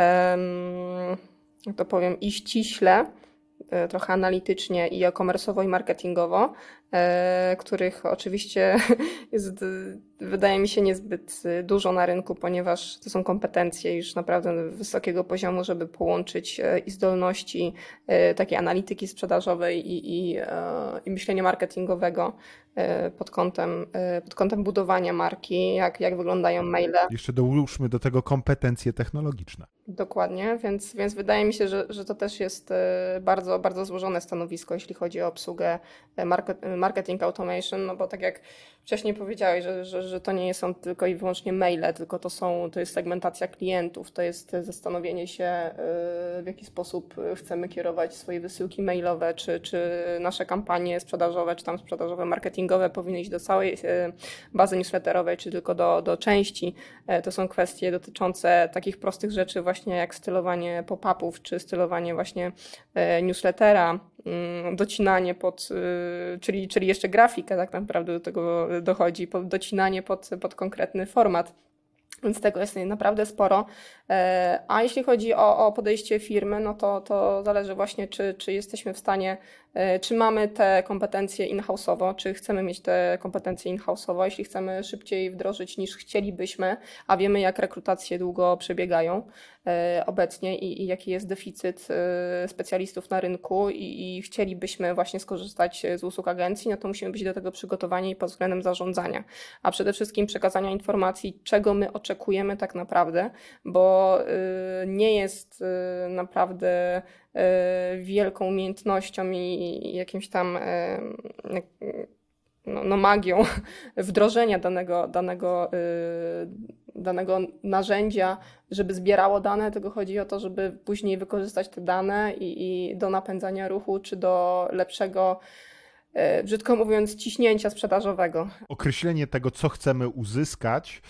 jak to powiem, i ściśle, trochę analitycznie i e-commerce'owo i marketingowo, których oczywiście jest, wydaje mi się, niezbyt dużo na rynku, ponieważ to są kompetencje już naprawdę wysokiego poziomu, żeby połączyć i zdolności takiej analityki sprzedażowej i, i, i myślenia marketingowego pod kątem, pod kątem budowania marki, jak, jak wyglądają maile. Jeszcze dołóżmy do tego kompetencje technologiczne. Dokładnie, więc, więc wydaje mi się, że, że to też jest bardzo, bardzo złożone stanowisko, jeśli chodzi o obsługę market, marketing automation, no bo tak jak wcześniej powiedziałeś, że, że, że to nie są tylko i wyłącznie maile, tylko to są, to jest segmentacja klientów, to jest zastanowienie się, w jaki sposób chcemy kierować swoje wysyłki mailowe, czy, czy nasze kampanie sprzedażowe, czy tam sprzedażowe, marketingowe powinny iść do całej bazy newsletterowej, czy tylko do, do części. To są kwestie dotyczące takich prostych rzeczy właśnie jak stylowanie pop-upów, czy stylowanie właśnie newslettera, docinanie pod, czyli, czyli jeszcze grafikę tak naprawdę do tego dochodzi, docinanie pod, pod konkretny format. Więc tego jest naprawdę sporo. A jeśli chodzi o, o podejście firmy, no to, to zależy właśnie, czy, czy jesteśmy w stanie, czy mamy te kompetencje in-house'owo, czy chcemy mieć te kompetencje in-house'owo, jeśli chcemy szybciej wdrożyć niż chcielibyśmy, a wiemy, jak rekrutacje długo przebiegają obecnie i, i jaki jest deficyt specjalistów na rynku i, i chcielibyśmy właśnie skorzystać z usług agencji, no to musimy być do tego przygotowani pod względem zarządzania, a przede wszystkim przekazania informacji, czego my oczekujemy tak naprawdę, bo nie jest naprawdę wielką umiejętnością i jakimś tam no, no magią wdrożenia danego, danego, danego narzędzia, żeby zbierało dane, tylko chodzi o to, żeby później wykorzystać te dane i, i do napędzania ruchu, czy do lepszego, brzydko mówiąc, ciśnięcia sprzedażowego. Określenie tego, co chcemy uzyskać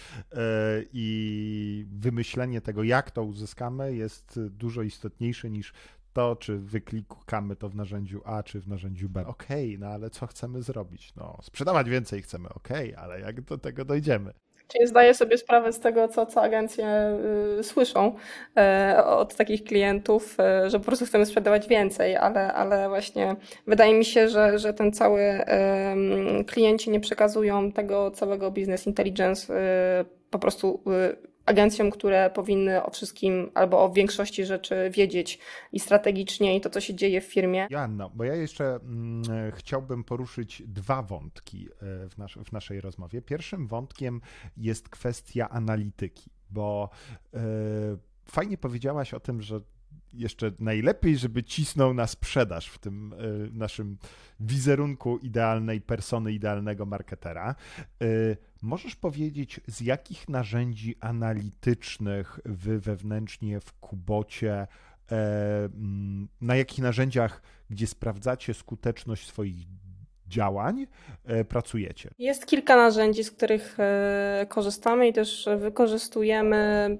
i wymyślenie tego, jak to uzyskamy, jest dużo istotniejsze niż to, czy wyklikamy to w narzędziu A, czy w narzędziu B. Okej, okay, no ale co chcemy zrobić? No, sprzedawać więcej chcemy, okej, okay, ale jak do tego dojdziemy? Czyli zdaję sobie sprawę z tego, co, co agencje y, słyszą y, od takich klientów, y, że po prostu chcemy sprzedawać więcej, ale, ale właśnie wydaje mi się, że, że ten cały y, klienci nie przekazują tego całego business intelligence y, po prostu y, agencjom, które powinny o wszystkim albo o większości rzeczy wiedzieć i strategicznie i to, co się dzieje w firmie. Joanno, bo ja jeszcze mm, chciałbym poruszyć dwa wątki w, nas w naszej rozmowie. Pierwszym wątkiem jest kwestia analityki, bo y, fajnie powiedziałaś o tym, że jeszcze najlepiej, żeby cisnął na sprzedaż w tym y, naszym wizerunku idealnej persony, idealnego marketera. Y, możesz powiedzieć, z jakich narzędzi analitycznych wy wewnętrznie w Kubocie, y, na jakich narzędziach, gdzie sprawdzacie skuteczność swoich działań, y, pracujecie? Jest kilka narzędzi, z których y, korzystamy i też wykorzystujemy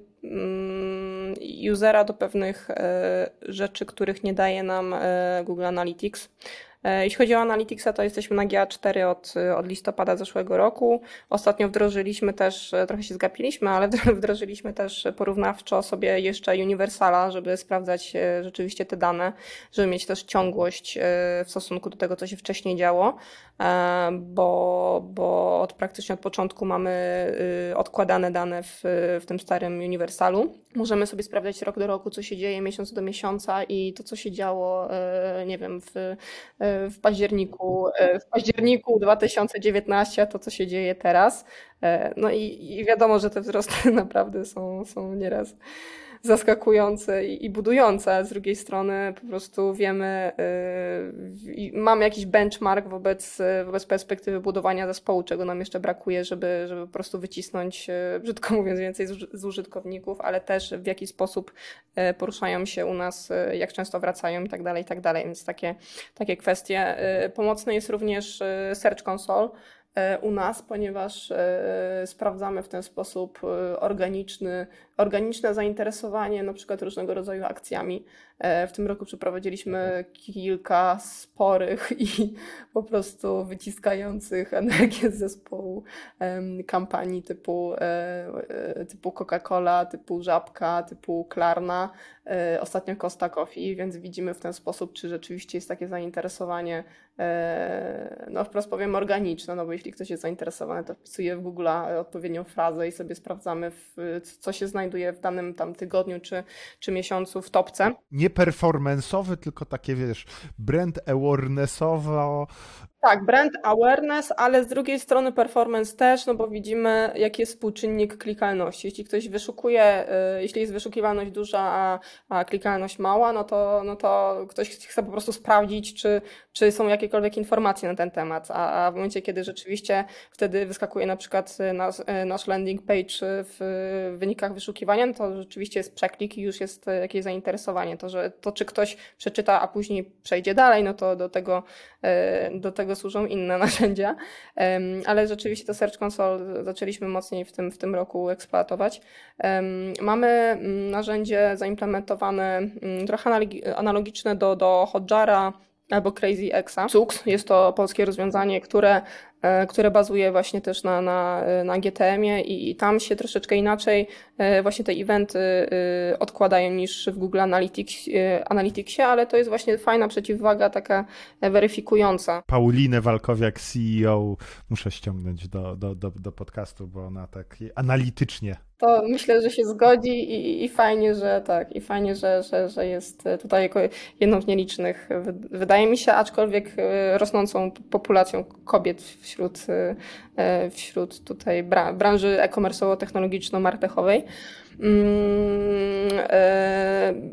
usera do pewnych rzeczy, których nie daje nam Google Analytics. Jeśli chodzi o Analyticsa, to jesteśmy na G A cztery od, od listopada zeszłego roku. Ostatnio wdrożyliśmy też, trochę się zgapiliśmy, ale wdrożyliśmy też porównawczo sobie jeszcze Universala, żeby sprawdzać rzeczywiście te dane, żeby mieć też ciągłość w stosunku do tego, co się wcześniej działo, bo, bo od praktycznie od początku mamy odkładane dane w, w tym starym Universalu. Możemy sobie sprawdzać rok do roku, co się dzieje, miesiąc do miesiąca i to, co się działo, nie wiem, w w październiku, w październiku dwa tysiące dziewiętnastego, a to, co się dzieje teraz. No i, i wiadomo, że te wzrosty naprawdę są, są nieraz zaskakujące i, i budujące, a z drugiej strony po prostu wiemy, yy, mamy jakiś benchmark wobec, wobec perspektywy budowania zespołu, czego nam jeszcze brakuje, żeby, żeby po prostu wycisnąć, yy, brzydko mówiąc, więcej z, z użytkowników, ale też w jaki sposób yy, poruszają się u nas, yy, jak często wracają i tak dalej, i tak dalej, więc takie, takie kwestie. Yy, pomocny jest również yy, Search Console u nas, ponieważ sprawdzamy w ten sposób organiczny, organiczne zainteresowanie na przykład różnego rodzaju akcjami. W tym roku przeprowadziliśmy kilka sporych i po prostu wyciskających energię z zespołu kampanii typu, typu Coca-Cola, typu Żabka, typu Klarna, ostatnio Costa Coffee, więc widzimy w ten sposób, czy rzeczywiście jest takie zainteresowanie, no wprost powiem organiczne, no bo jeśli ktoś jest zainteresowany, to wpisuje w Google odpowiednią frazę i sobie sprawdzamy, w, co się znajduje w danym tam tygodniu czy, czy miesiącu w topce. Nie performance'owy, tylko takie, wiesz, brand awarenessowo. Tak, brand awareness, ale z drugiej strony performance też, no bo widzimy, jaki jest współczynnik klikalności. Jeśli ktoś wyszukuje, jeśli jest wyszukiwalność duża, a, a klikalność mała, no to, no to ktoś chce po prostu sprawdzić, czy, czy są jakiekolwiek informacje na ten temat, a, a w momencie, kiedy rzeczywiście wtedy wyskakuje na przykład nasz, nasz landing page w wynikach wyszukiwania, no to rzeczywiście jest przeklik i już jest jakieś zainteresowanie. To, że to, czy ktoś przeczyta, a później przejdzie dalej, no to do tego, do tego służą inne narzędzia, ale rzeczywiście to Search Console zaczęliśmy mocniej w tym, w tym roku eksploatować. Mamy narzędzie zaimplementowane trochę analogiczne do, do Hotjara albo Crazy Exa. Cux jest to polskie rozwiązanie, które które bazuje właśnie też na, na, na G T M-ie i, i tam się troszeczkę inaczej właśnie te eventy odkładają niż w Google Analytics, Analyticsie, ale to jest właśnie fajna przeciwwaga, taka weryfikująca. Paulinę Walkowiak, C E O, muszę ściągnąć do, do, do, do podcastu, bo ona tak analitycznie. To myślę, że się zgodzi i, i fajnie, że tak, i fajnie, że, że, że jest tutaj jako jedną z nielicznych, wydaje mi się, aczkolwiek rosnącą populacją kobiet wśród, wśród tutaj branży e-commerce'owo-technologiczno-martechowej.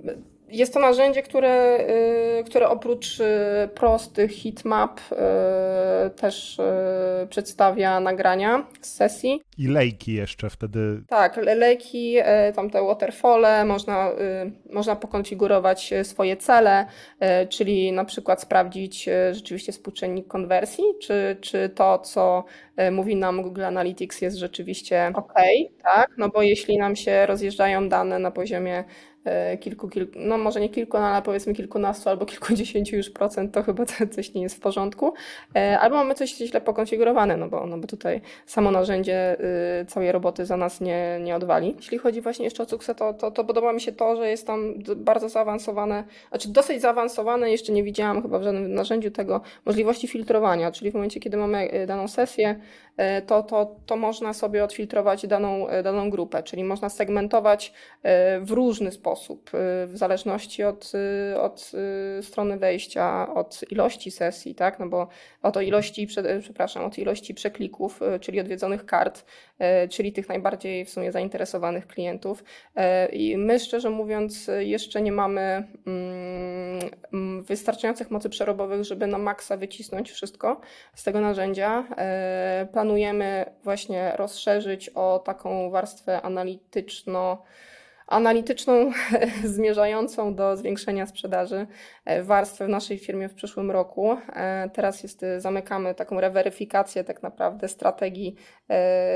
Jest to narzędzie, które, y, które oprócz y, prostych heatmap y, też y, przedstawia nagrania z sesji. I lejki jeszcze wtedy. Tak, le- lejki, y, tam te waterfole, można, y, można pokonfigurować y, swoje cele, y, czyli na przykład sprawdzić y, rzeczywiście współczynnik konwersji, czy, czy to, co y, mówi nam Google Analytics jest rzeczywiście ok, tak? No bo jeśli nam się rozjeżdżają dane na poziomie e, kilku, kilku, no może nie kilku, no ale powiedzmy kilkunastu albo kilkudziesięciu już procent, to chyba to coś nie jest w porządku. E, Albo mamy coś źle pokonfigurowane, no bo, no bo tutaj samo narzędzie y, całej roboty za nas nie, nie odwali. Jeśli chodzi właśnie jeszcze o cuksę, to, to, to podoba mi się to, że jest tam d- bardzo zaawansowane, znaczy dosyć zaawansowane, jeszcze nie widziałam chyba w żadnym narzędziu tego, możliwości filtrowania, czyli w momencie, kiedy mamy y, daną sesję, y, to, to, to można sobie odfiltrować daną, y, daną grupę, czyli można segmentować y, w różny sposób, y, w zależności od, y, od y, strony wejścia, od ilości sesji, tak, no bo od ilości, prze- przepraszam, od ilości przeklików, y, czyli odwiedzonych kart, y, czyli tych najbardziej w sumie zainteresowanych klientów. Y, I my, szczerze mówiąc, y, jeszcze nie mamy mm, mm, wystarczających mocy przerobowych, żeby na maksa wycisnąć wszystko z tego narzędzia. Y, Planujemy właśnie rozszerzyć o taką warstwę analityczno analityczną zmierzającą do zwiększenia sprzedaży e, warstwę w naszej firmie w przyszłym roku. E, Teraz jest, e, zamykamy taką reweryfikację tak naprawdę strategii, e,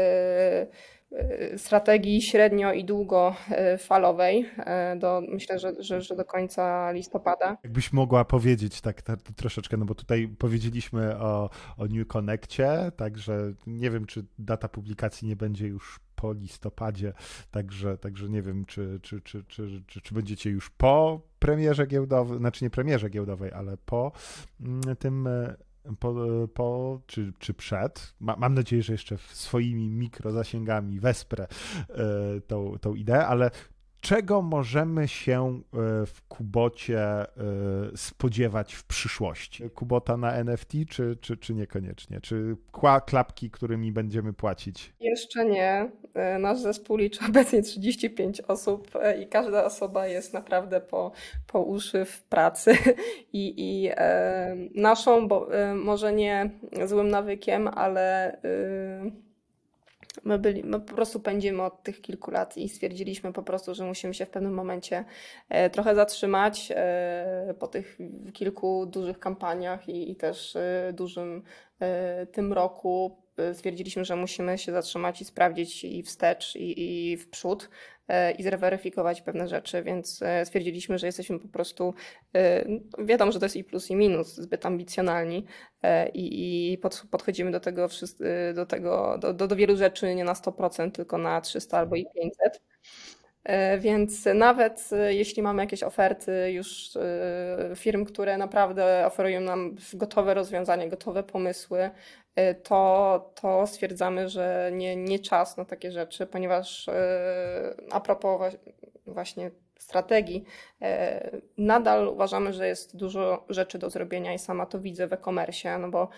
e, strategii średnio i długofalowej e, do, myślę, że, że, że do końca listopada. Jakbyś mogła powiedzieć tak, tak troszeczkę, no bo tutaj powiedzieliśmy o, o New Connectie, także nie wiem, czy data publikacji nie będzie już po listopadzie, także, także nie wiem, czy, czy, czy, czy, czy, czy będziecie już po premierze giełdowej, znaczy nie premierze giełdowej, ale po mm, tym, e, po, po czy, czy przed. Ma, mam nadzieję, że jeszcze swoimi mikrozasięgami wesprę e, tą, tą ideę, ale czego możemy się e, w Kubocie e, spodziewać w przyszłości? Kubota na N F T, czy, czy, czy niekoniecznie? Czy kła, klapki, którymi będziemy płacić? Jeszcze nie. E, Nasz zespół liczy obecnie trzydzieści pięć osób e, i każda osoba jest naprawdę po, po uszy w pracy. I, i e, naszą, bo e, może nie złym nawykiem, ale e, my, byli, my po prostu pędzimy od tych kilku lat i stwierdziliśmy po prostu, że musimy się w pewnym momencie e, trochę zatrzymać e, po tych kilku dużych kampaniach i, i też e, dużym e, tym roku. e, Stwierdziliśmy, że musimy się zatrzymać i sprawdzić i wstecz, i, i w przód e, i zweryfikować pewne rzeczy, więc e, stwierdziliśmy, że jesteśmy po prostu, e, no, wiadomo, że to jest i plus i minus, zbyt ambicjonalni e, i, i pod, podchodzimy do tego, wszyscy, do, tego do, do, do wielu rzeczy nie na sto procent, tylko na trzysta albo i pięćset. E, Więc nawet e, jeśli mamy jakieś oferty już e, firm, które naprawdę oferują nam gotowe rozwiązania, gotowe pomysły, e, to, to stwierdzamy, że nie, nie czas na takie rzeczy, ponieważ e, a propos wa- właśnie strategii, e, nadal uważamy, że jest dużo rzeczy do zrobienia i sama to widzę w e-commerce, no bo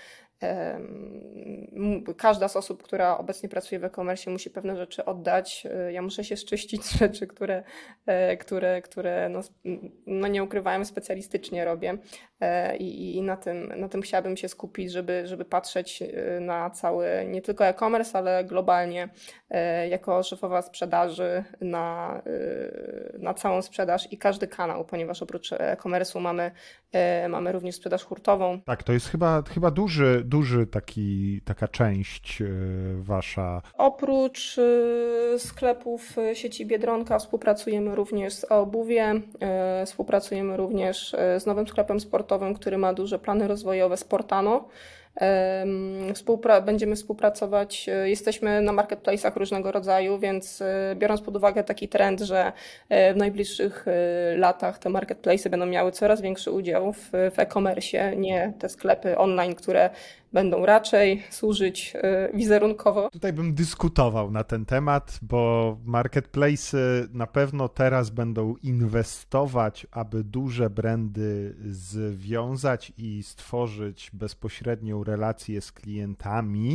em, każda z osób, która obecnie pracuje w e-commerce, musi pewne rzeczy oddać. E, Ja muszę się szczyścić z rzeczy, które, e, które, które no, sp- no nie ukrywałem, specjalistycznie robię. E, I, i na tym, na tym chciałabym się skupić, żeby, żeby patrzeć e, na cały, nie tylko e-commerce, ale globalnie e, jako szefowa sprzedaży na, e, na całą sprzedaż i każdy kanał, ponieważ oprócz e-commerce'u mamy, e, mamy również sprzedaż hurtową. Tak, to jest chyba, chyba duży, duży taki, taka część e, wasza. Oprócz y, sklepów y, sieci Biedronka współpracujemy również z Obuwie, y, współpracujemy również y, z nowym sklepem sportowym, który ma duże plany rozwojowe, Sportano. Em, Współpra- będziemy współpracować, y, jesteśmy na marketplace'ach różnego rodzaju, więc y, biorąc pod uwagę taki trend, że y, w najbliższych y, latach te marketplace'y będą miały coraz większy udział w, w e-commerce, nie te sklepy online, które będą raczej służyć y, wizerunkowo. Tutaj bym dyskutował na ten temat, bo marketplace'y na pewno teraz będą inwestować, aby duże brandy związać i stworzyć bezpośrednią relację z klientami,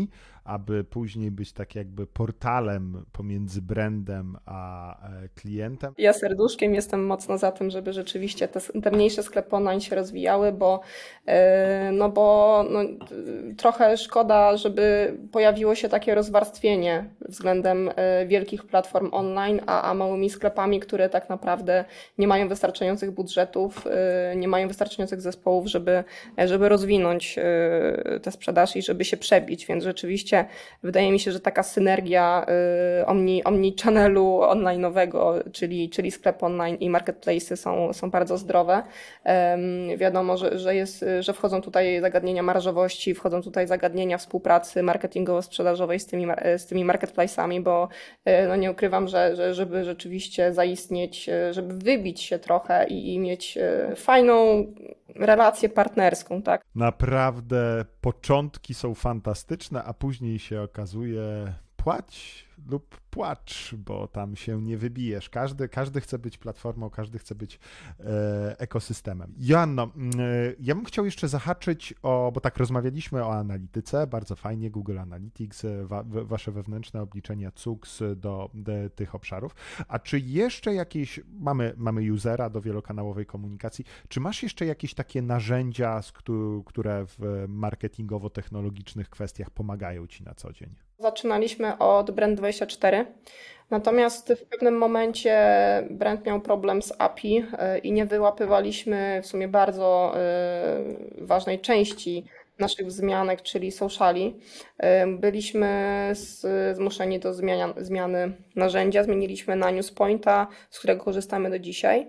aby później być tak jakby portalem pomiędzy brandem a klientem. Ja serduszkiem jestem mocno za tym, żeby rzeczywiście te, te mniejsze sklepy online się rozwijały, bo, no bo no, trochę szkoda, żeby pojawiło się takie rozwarstwienie względem wielkich platform online, a, a małymi sklepami, które tak naprawdę nie mają wystarczających budżetów, nie mają wystarczających zespołów, żeby, żeby rozwinąć tę sprzedaż i żeby się przebić, więc rzeczywiście wydaje mi się, że taka synergia omni, omnichannelu online'owego, czyli, czyli sklep online i marketplace'y są, są bardzo zdrowe. Wiadomo, że, że, jest, że wchodzą tutaj zagadnienia marżowości, wchodzą tutaj zagadnienia współpracy marketingowo-sprzedażowej z tymi, z tymi marketplace'ami, bo no nie ukrywam, że, że żeby rzeczywiście zaistnieć, żeby wybić się trochę i, i mieć fajną relację partnerską, tak? Naprawdę początki są fantastyczne, a później się okazuje płać lub płacz, bo tam się nie wybijesz. Każdy, każdy chce być platformą, każdy chce być e, ekosystemem. Joanno, e, ja bym chciał jeszcze zahaczyć o, bo tak rozmawialiśmy o analityce, bardzo fajnie, Google Analytics, wa, wasze wewnętrzne obliczenia C U X do, do tych obszarów. A czy jeszcze jakieś, mamy, mamy usera do wielokanałowej komunikacji, czy masz jeszcze jakieś takie narzędzia, które w marketingowo-technologicznych kwestiach pomagają ci na co dzień? Zaczynaliśmy od Brand dwadzieścia cztery, natomiast w pewnym momencie Brand miał problem z A P I i nie wyłapywaliśmy w sumie bardzo ważnej części naszych wzmianek, czyli sociali. Byliśmy zmuszeni do zmiany, zmiany narzędzia, zmieniliśmy na Newspointa, z którego korzystamy do dzisiaj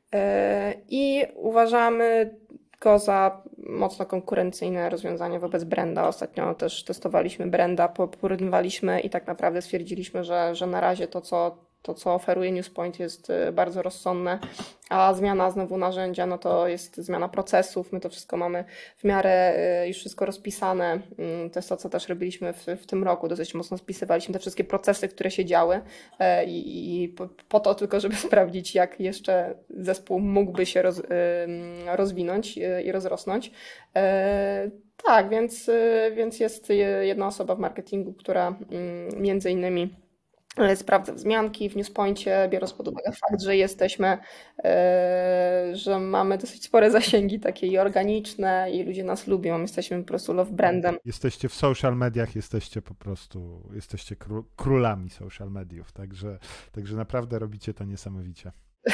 i uważamy go za mocno konkurencyjne rozwiązanie wobec Branda. Ostatnio też testowaliśmy Branda, porównywaliśmy i tak naprawdę stwierdziliśmy, że, że na razie to co, to, co oferuje Newspoint jest bardzo rozsądne, a zmiana znowu narzędzia, no to jest zmiana procesów, my to wszystko mamy w miarę już wszystko rozpisane, to jest to, co też robiliśmy w, w tym roku, dosyć mocno spisywaliśmy te wszystkie procesy, które się działy i, i po, po to tylko, żeby sprawdzić, jak jeszcze zespół mógłby się roz, rozwinąć i rozrosnąć. Tak, więc, więc jest jedna osoba w marketingu, która między innymi sprawdza wzmianki w Newspoincie, biorąc pod uwagę fakt, że jesteśmy, że mamy dosyć spore zasięgi takie i organiczne i ludzie nas lubią, jesteśmy po prostu love brandem. Jesteście w social mediach, jesteście po prostu, jesteście królami social mediów, także, także naprawdę robicie to niesamowicie.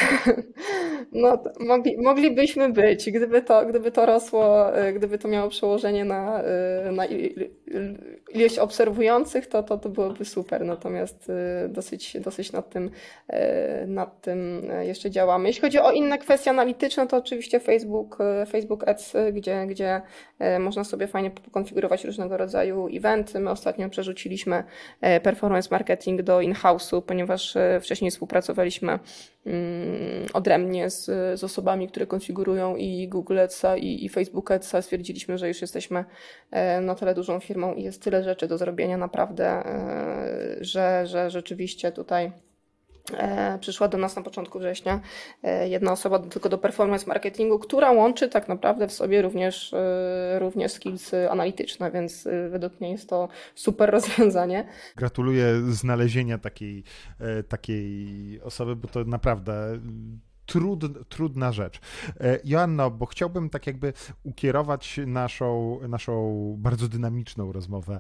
No, mogli, moglibyśmy być, gdyby to, gdyby to rosło, gdyby to miało przełożenie na, na ilość obserwujących, to, to, to byłoby super, natomiast dosyć, dosyć nad tym, nad tym jeszcze działamy. Jeśli chodzi o inne kwestie analityczne, to oczywiście Facebook, Facebook Ads, gdzie, gdzie można sobie fajnie pokonfigurować różnego rodzaju eventy. My ostatnio przerzuciliśmy performance marketing do in-house'u, ponieważ wcześniej współpracowaliśmy odrębnie z, z osobami, które konfigurują i Google Adsa i, i Facebook Adsa. Stwierdziliśmy, że już jesteśmy na tyle dużą firmą i jest tyle rzeczy do zrobienia naprawdę, że, że rzeczywiście tutaj przyszła do nas na początku września jedna osoba tylko do performance marketingu, która łączy tak naprawdę w sobie również, również skillsy analityczne, więc według mnie jest to super rozwiązanie. Gratuluję znalezienia takiej, takiej osoby, bo to naprawdę Trud, trudna rzecz. Joanno, bo chciałbym tak jakby ukierować naszą, naszą bardzo dynamiczną rozmowę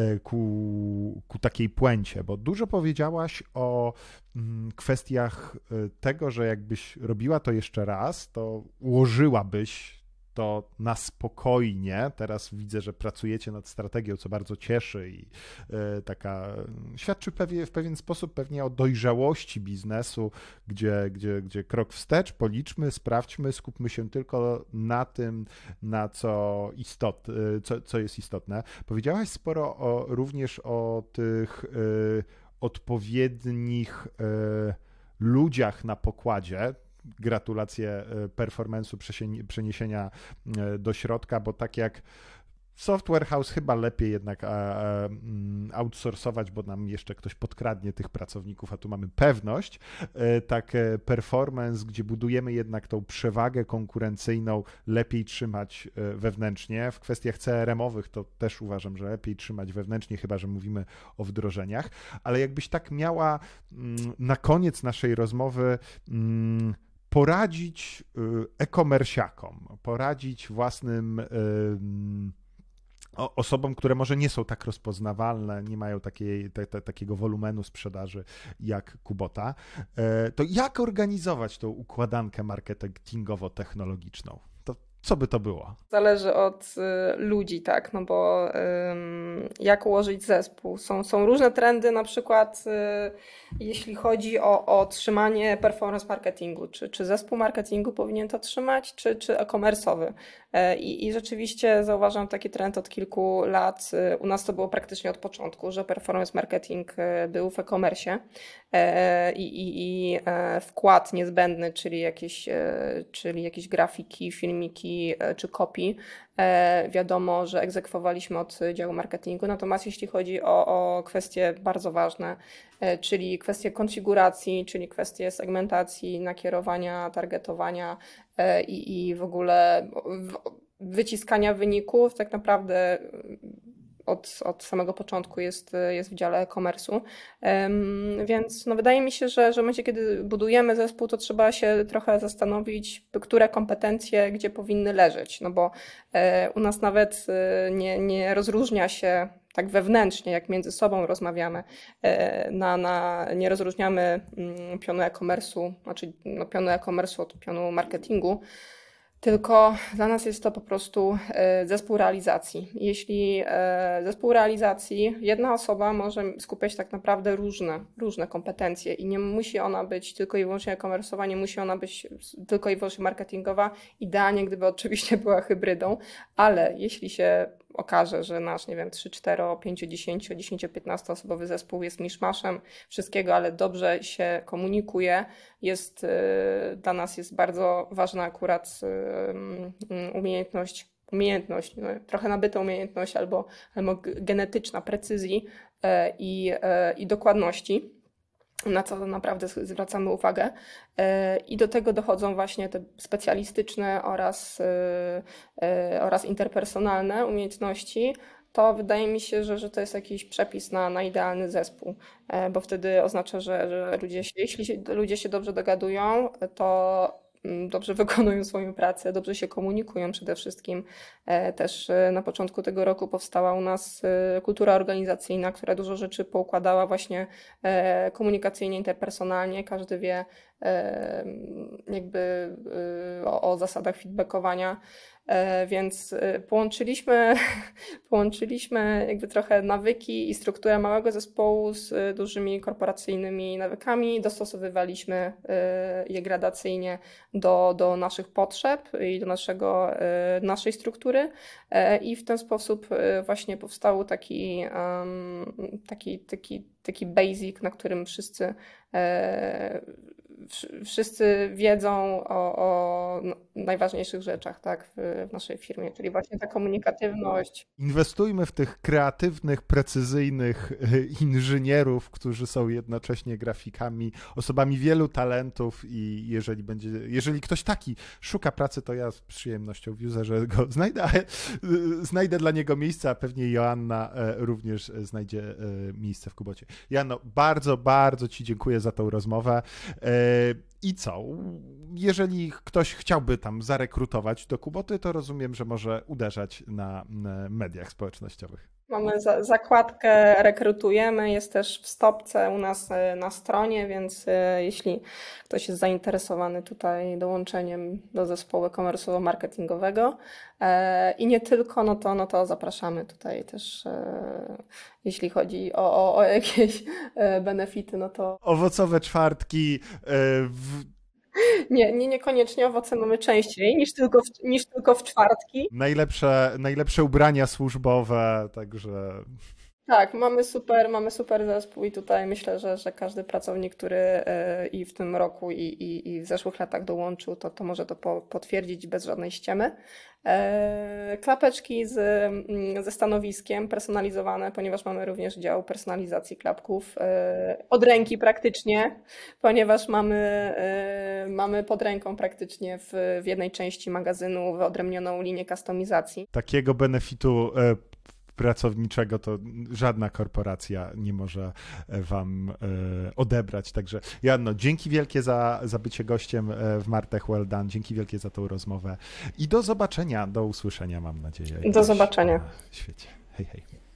ku, ku takiej puencie, bo dużo powiedziałaś o kwestiach tego, że jakbyś robiła to jeszcze raz, to ułożyłabyś to na spokojnie. Teraz widzę, że pracujecie nad strategią, co bardzo cieszy i y, taka świadczy pewnie, w pewien sposób pewnie o dojrzałości biznesu, gdzie, gdzie, gdzie krok wstecz, policzmy, sprawdźmy, skupmy się tylko na tym, na co, istot, co, co jest istotne. Powiedziałaś sporo o, również o tych y, odpowiednich y, ludziach na pokładzie. Gratulacje performance'u, przeniesienia do środka, bo tak jak Software house chyba lepiej jednak a, a, outsourcować, bo nam jeszcze ktoś podkradnie tych pracowników, a tu mamy pewność. Tak performance, gdzie budujemy jednak tą przewagę konkurencyjną, lepiej trzymać wewnętrznie. W kwestiach C R M-owych to też uważam, że lepiej trzymać wewnętrznie, chyba że mówimy o wdrożeniach. Ale jakbyś tak miała na koniec naszej rozmowy poradzić e-commerciakom, poradzić własnym osobom, które może nie są tak rozpoznawalne, nie mają takiej, te, te, takiego wolumenu sprzedaży jak Kubota, to jak organizować tą układankę marketingowo-technologiczną? To co by to było? Zależy od y, ludzi, tak, no bo ym, jak ułożyć zespół. Są, są różne trendy, na przykład y, jeśli chodzi o, o trzymanie performance marketingu, czy, czy zespół marketingu powinien to trzymać, czy, czy e-commerce'owy. I, I rzeczywiście zauważam taki trend od kilku lat. U nas to było praktycznie od początku, że performance marketing był w e-commerce i, i, i wkład niezbędny, czyli jakieś, czyli jakieś grafiki, filmiki czy copy, wiadomo, że egzekwowaliśmy od działu marketingu. Natomiast jeśli chodzi o, o kwestie bardzo ważne, czyli kwestie konfiguracji, czyli kwestie segmentacji, nakierowania, targetowania i, i w ogóle wyciskania wyników, tak naprawdę od, od samego początku jest, jest w dziale e-commerce'u. Więc no wydaje mi się, że, że w momencie, kiedy budujemy zespół, to trzeba się trochę zastanowić, które kompetencje gdzie powinny leżeć, no bo u nas nawet nie, nie rozróżnia się tak wewnętrznie, jak między sobą rozmawiamy, na, na, nie rozróżniamy pionu e-commerce'u, znaczy no, pionu e-commerce'u od pionu marketingu, tylko dla nas jest to po prostu zespół realizacji. Jeśli zespół realizacji, jedna osoba może skupiać tak naprawdę różne, różne kompetencje i nie musi ona być tylko i wyłącznie e-commerce'owa, nie musi ona być tylko i wyłącznie marketingowa. Idealnie, gdyby oczywiście była hybrydą, ale jeśli się okaże, że nasz, nie wiem, trzy, cztery, pięć, dziesięć, dziesięć, piętnaście osobowy zespół jest miszmaszem wszystkiego, ale dobrze się komunikuje, jest, dla nas jest bardzo ważna akurat umiejętność, umiejętność, no, trochę nabyta umiejętność albo, albo genetyczna precyzji i, i dokładności, na co naprawdę zwracamy uwagę. I do tego dochodzą właśnie te specjalistyczne oraz, oraz interpersonalne umiejętności. To wydaje mi się, że, że to jest jakiś przepis na, na idealny zespół, bo wtedy oznacza, że, że ludzie się, jeśli się, ludzie się dobrze dogadują, to dobrze wykonują swoją pracę, dobrze się komunikują przede wszystkim. Też na początku tego roku powstała u nas kultura organizacyjna, która dużo rzeczy poukładała właśnie komunikacyjnie, interpersonalnie. Każdy wie jakby o, o zasadach feedbackowania, więc połączyliśmy, połączyliśmy jakby trochę nawyki i strukturę małego zespołu z dużymi korporacyjnymi nawykami, dostosowywaliśmy je gradacyjnie do, do naszych potrzeb i do naszego, naszej struktury i w ten sposób właśnie powstał taki, taki, taki, taki basic, na którym wszyscy wszyscy wiedzą o, o najważniejszych rzeczach, tak, w, w naszej firmie, czyli właśnie ta komunikatywność. Inwestujmy w tych kreatywnych, precyzyjnych inżynierów, którzy są jednocześnie grafikami, osobami wielu talentów i jeżeli będzie, jeżeli ktoś taki szuka pracy, to ja z przyjemnością w userze go znajdę, znajdę dla niego miejsce, a pewnie Joanna również znajdzie miejsce w Kubocie. Joanno, bardzo, bardzo Ci dziękuję za tą rozmowę. I co? Jeżeli ktoś chciałby tam zarekrutować do Kuboty, to rozumiem, że może uderzać na mediach społecznościowych. Mamy za, zakładkę rekrutujemy, jest też w stopce u nas na stronie, więc jeśli ktoś jest zainteresowany tutaj dołączeniem do zespołu e-commerce'owo-marketingowego i nie tylko, no to, no to zapraszamy tutaj też, jeśli chodzi o, o, o jakieś benefity, no to... Owocowe czwartki w... Nie, nie, niekoniecznie owoce mamy częściej niż tylko w, niż tylko w czwartki. Najlepsze, najlepsze ubrania służbowe, także... Tak, mamy super, mamy super zespół i tutaj myślę, że, że każdy pracownik, który e, i w tym roku, i, i, i w zeszłych latach dołączył, to, to może to po, potwierdzić bez żadnej ściemy. E, klapeczki z, mm, ze stanowiskiem personalizowane, ponieważ mamy również dział personalizacji klapków e, od ręki praktycznie, ponieważ mamy, e, mamy pod ręką praktycznie w, w jednej części magazynu wyodrębnioną linię kustomizacji. Takiego benefitu e, pracowniczego to żadna korporacja nie może wam e, odebrać. Także Joanno, dzięki wielkie za, za bycie gościem w Martech Well Done, dzięki wielkie za tą rozmowę i do zobaczenia, do usłyszenia, mam nadzieję. Do zobaczenia. W świecie. Hej, hej.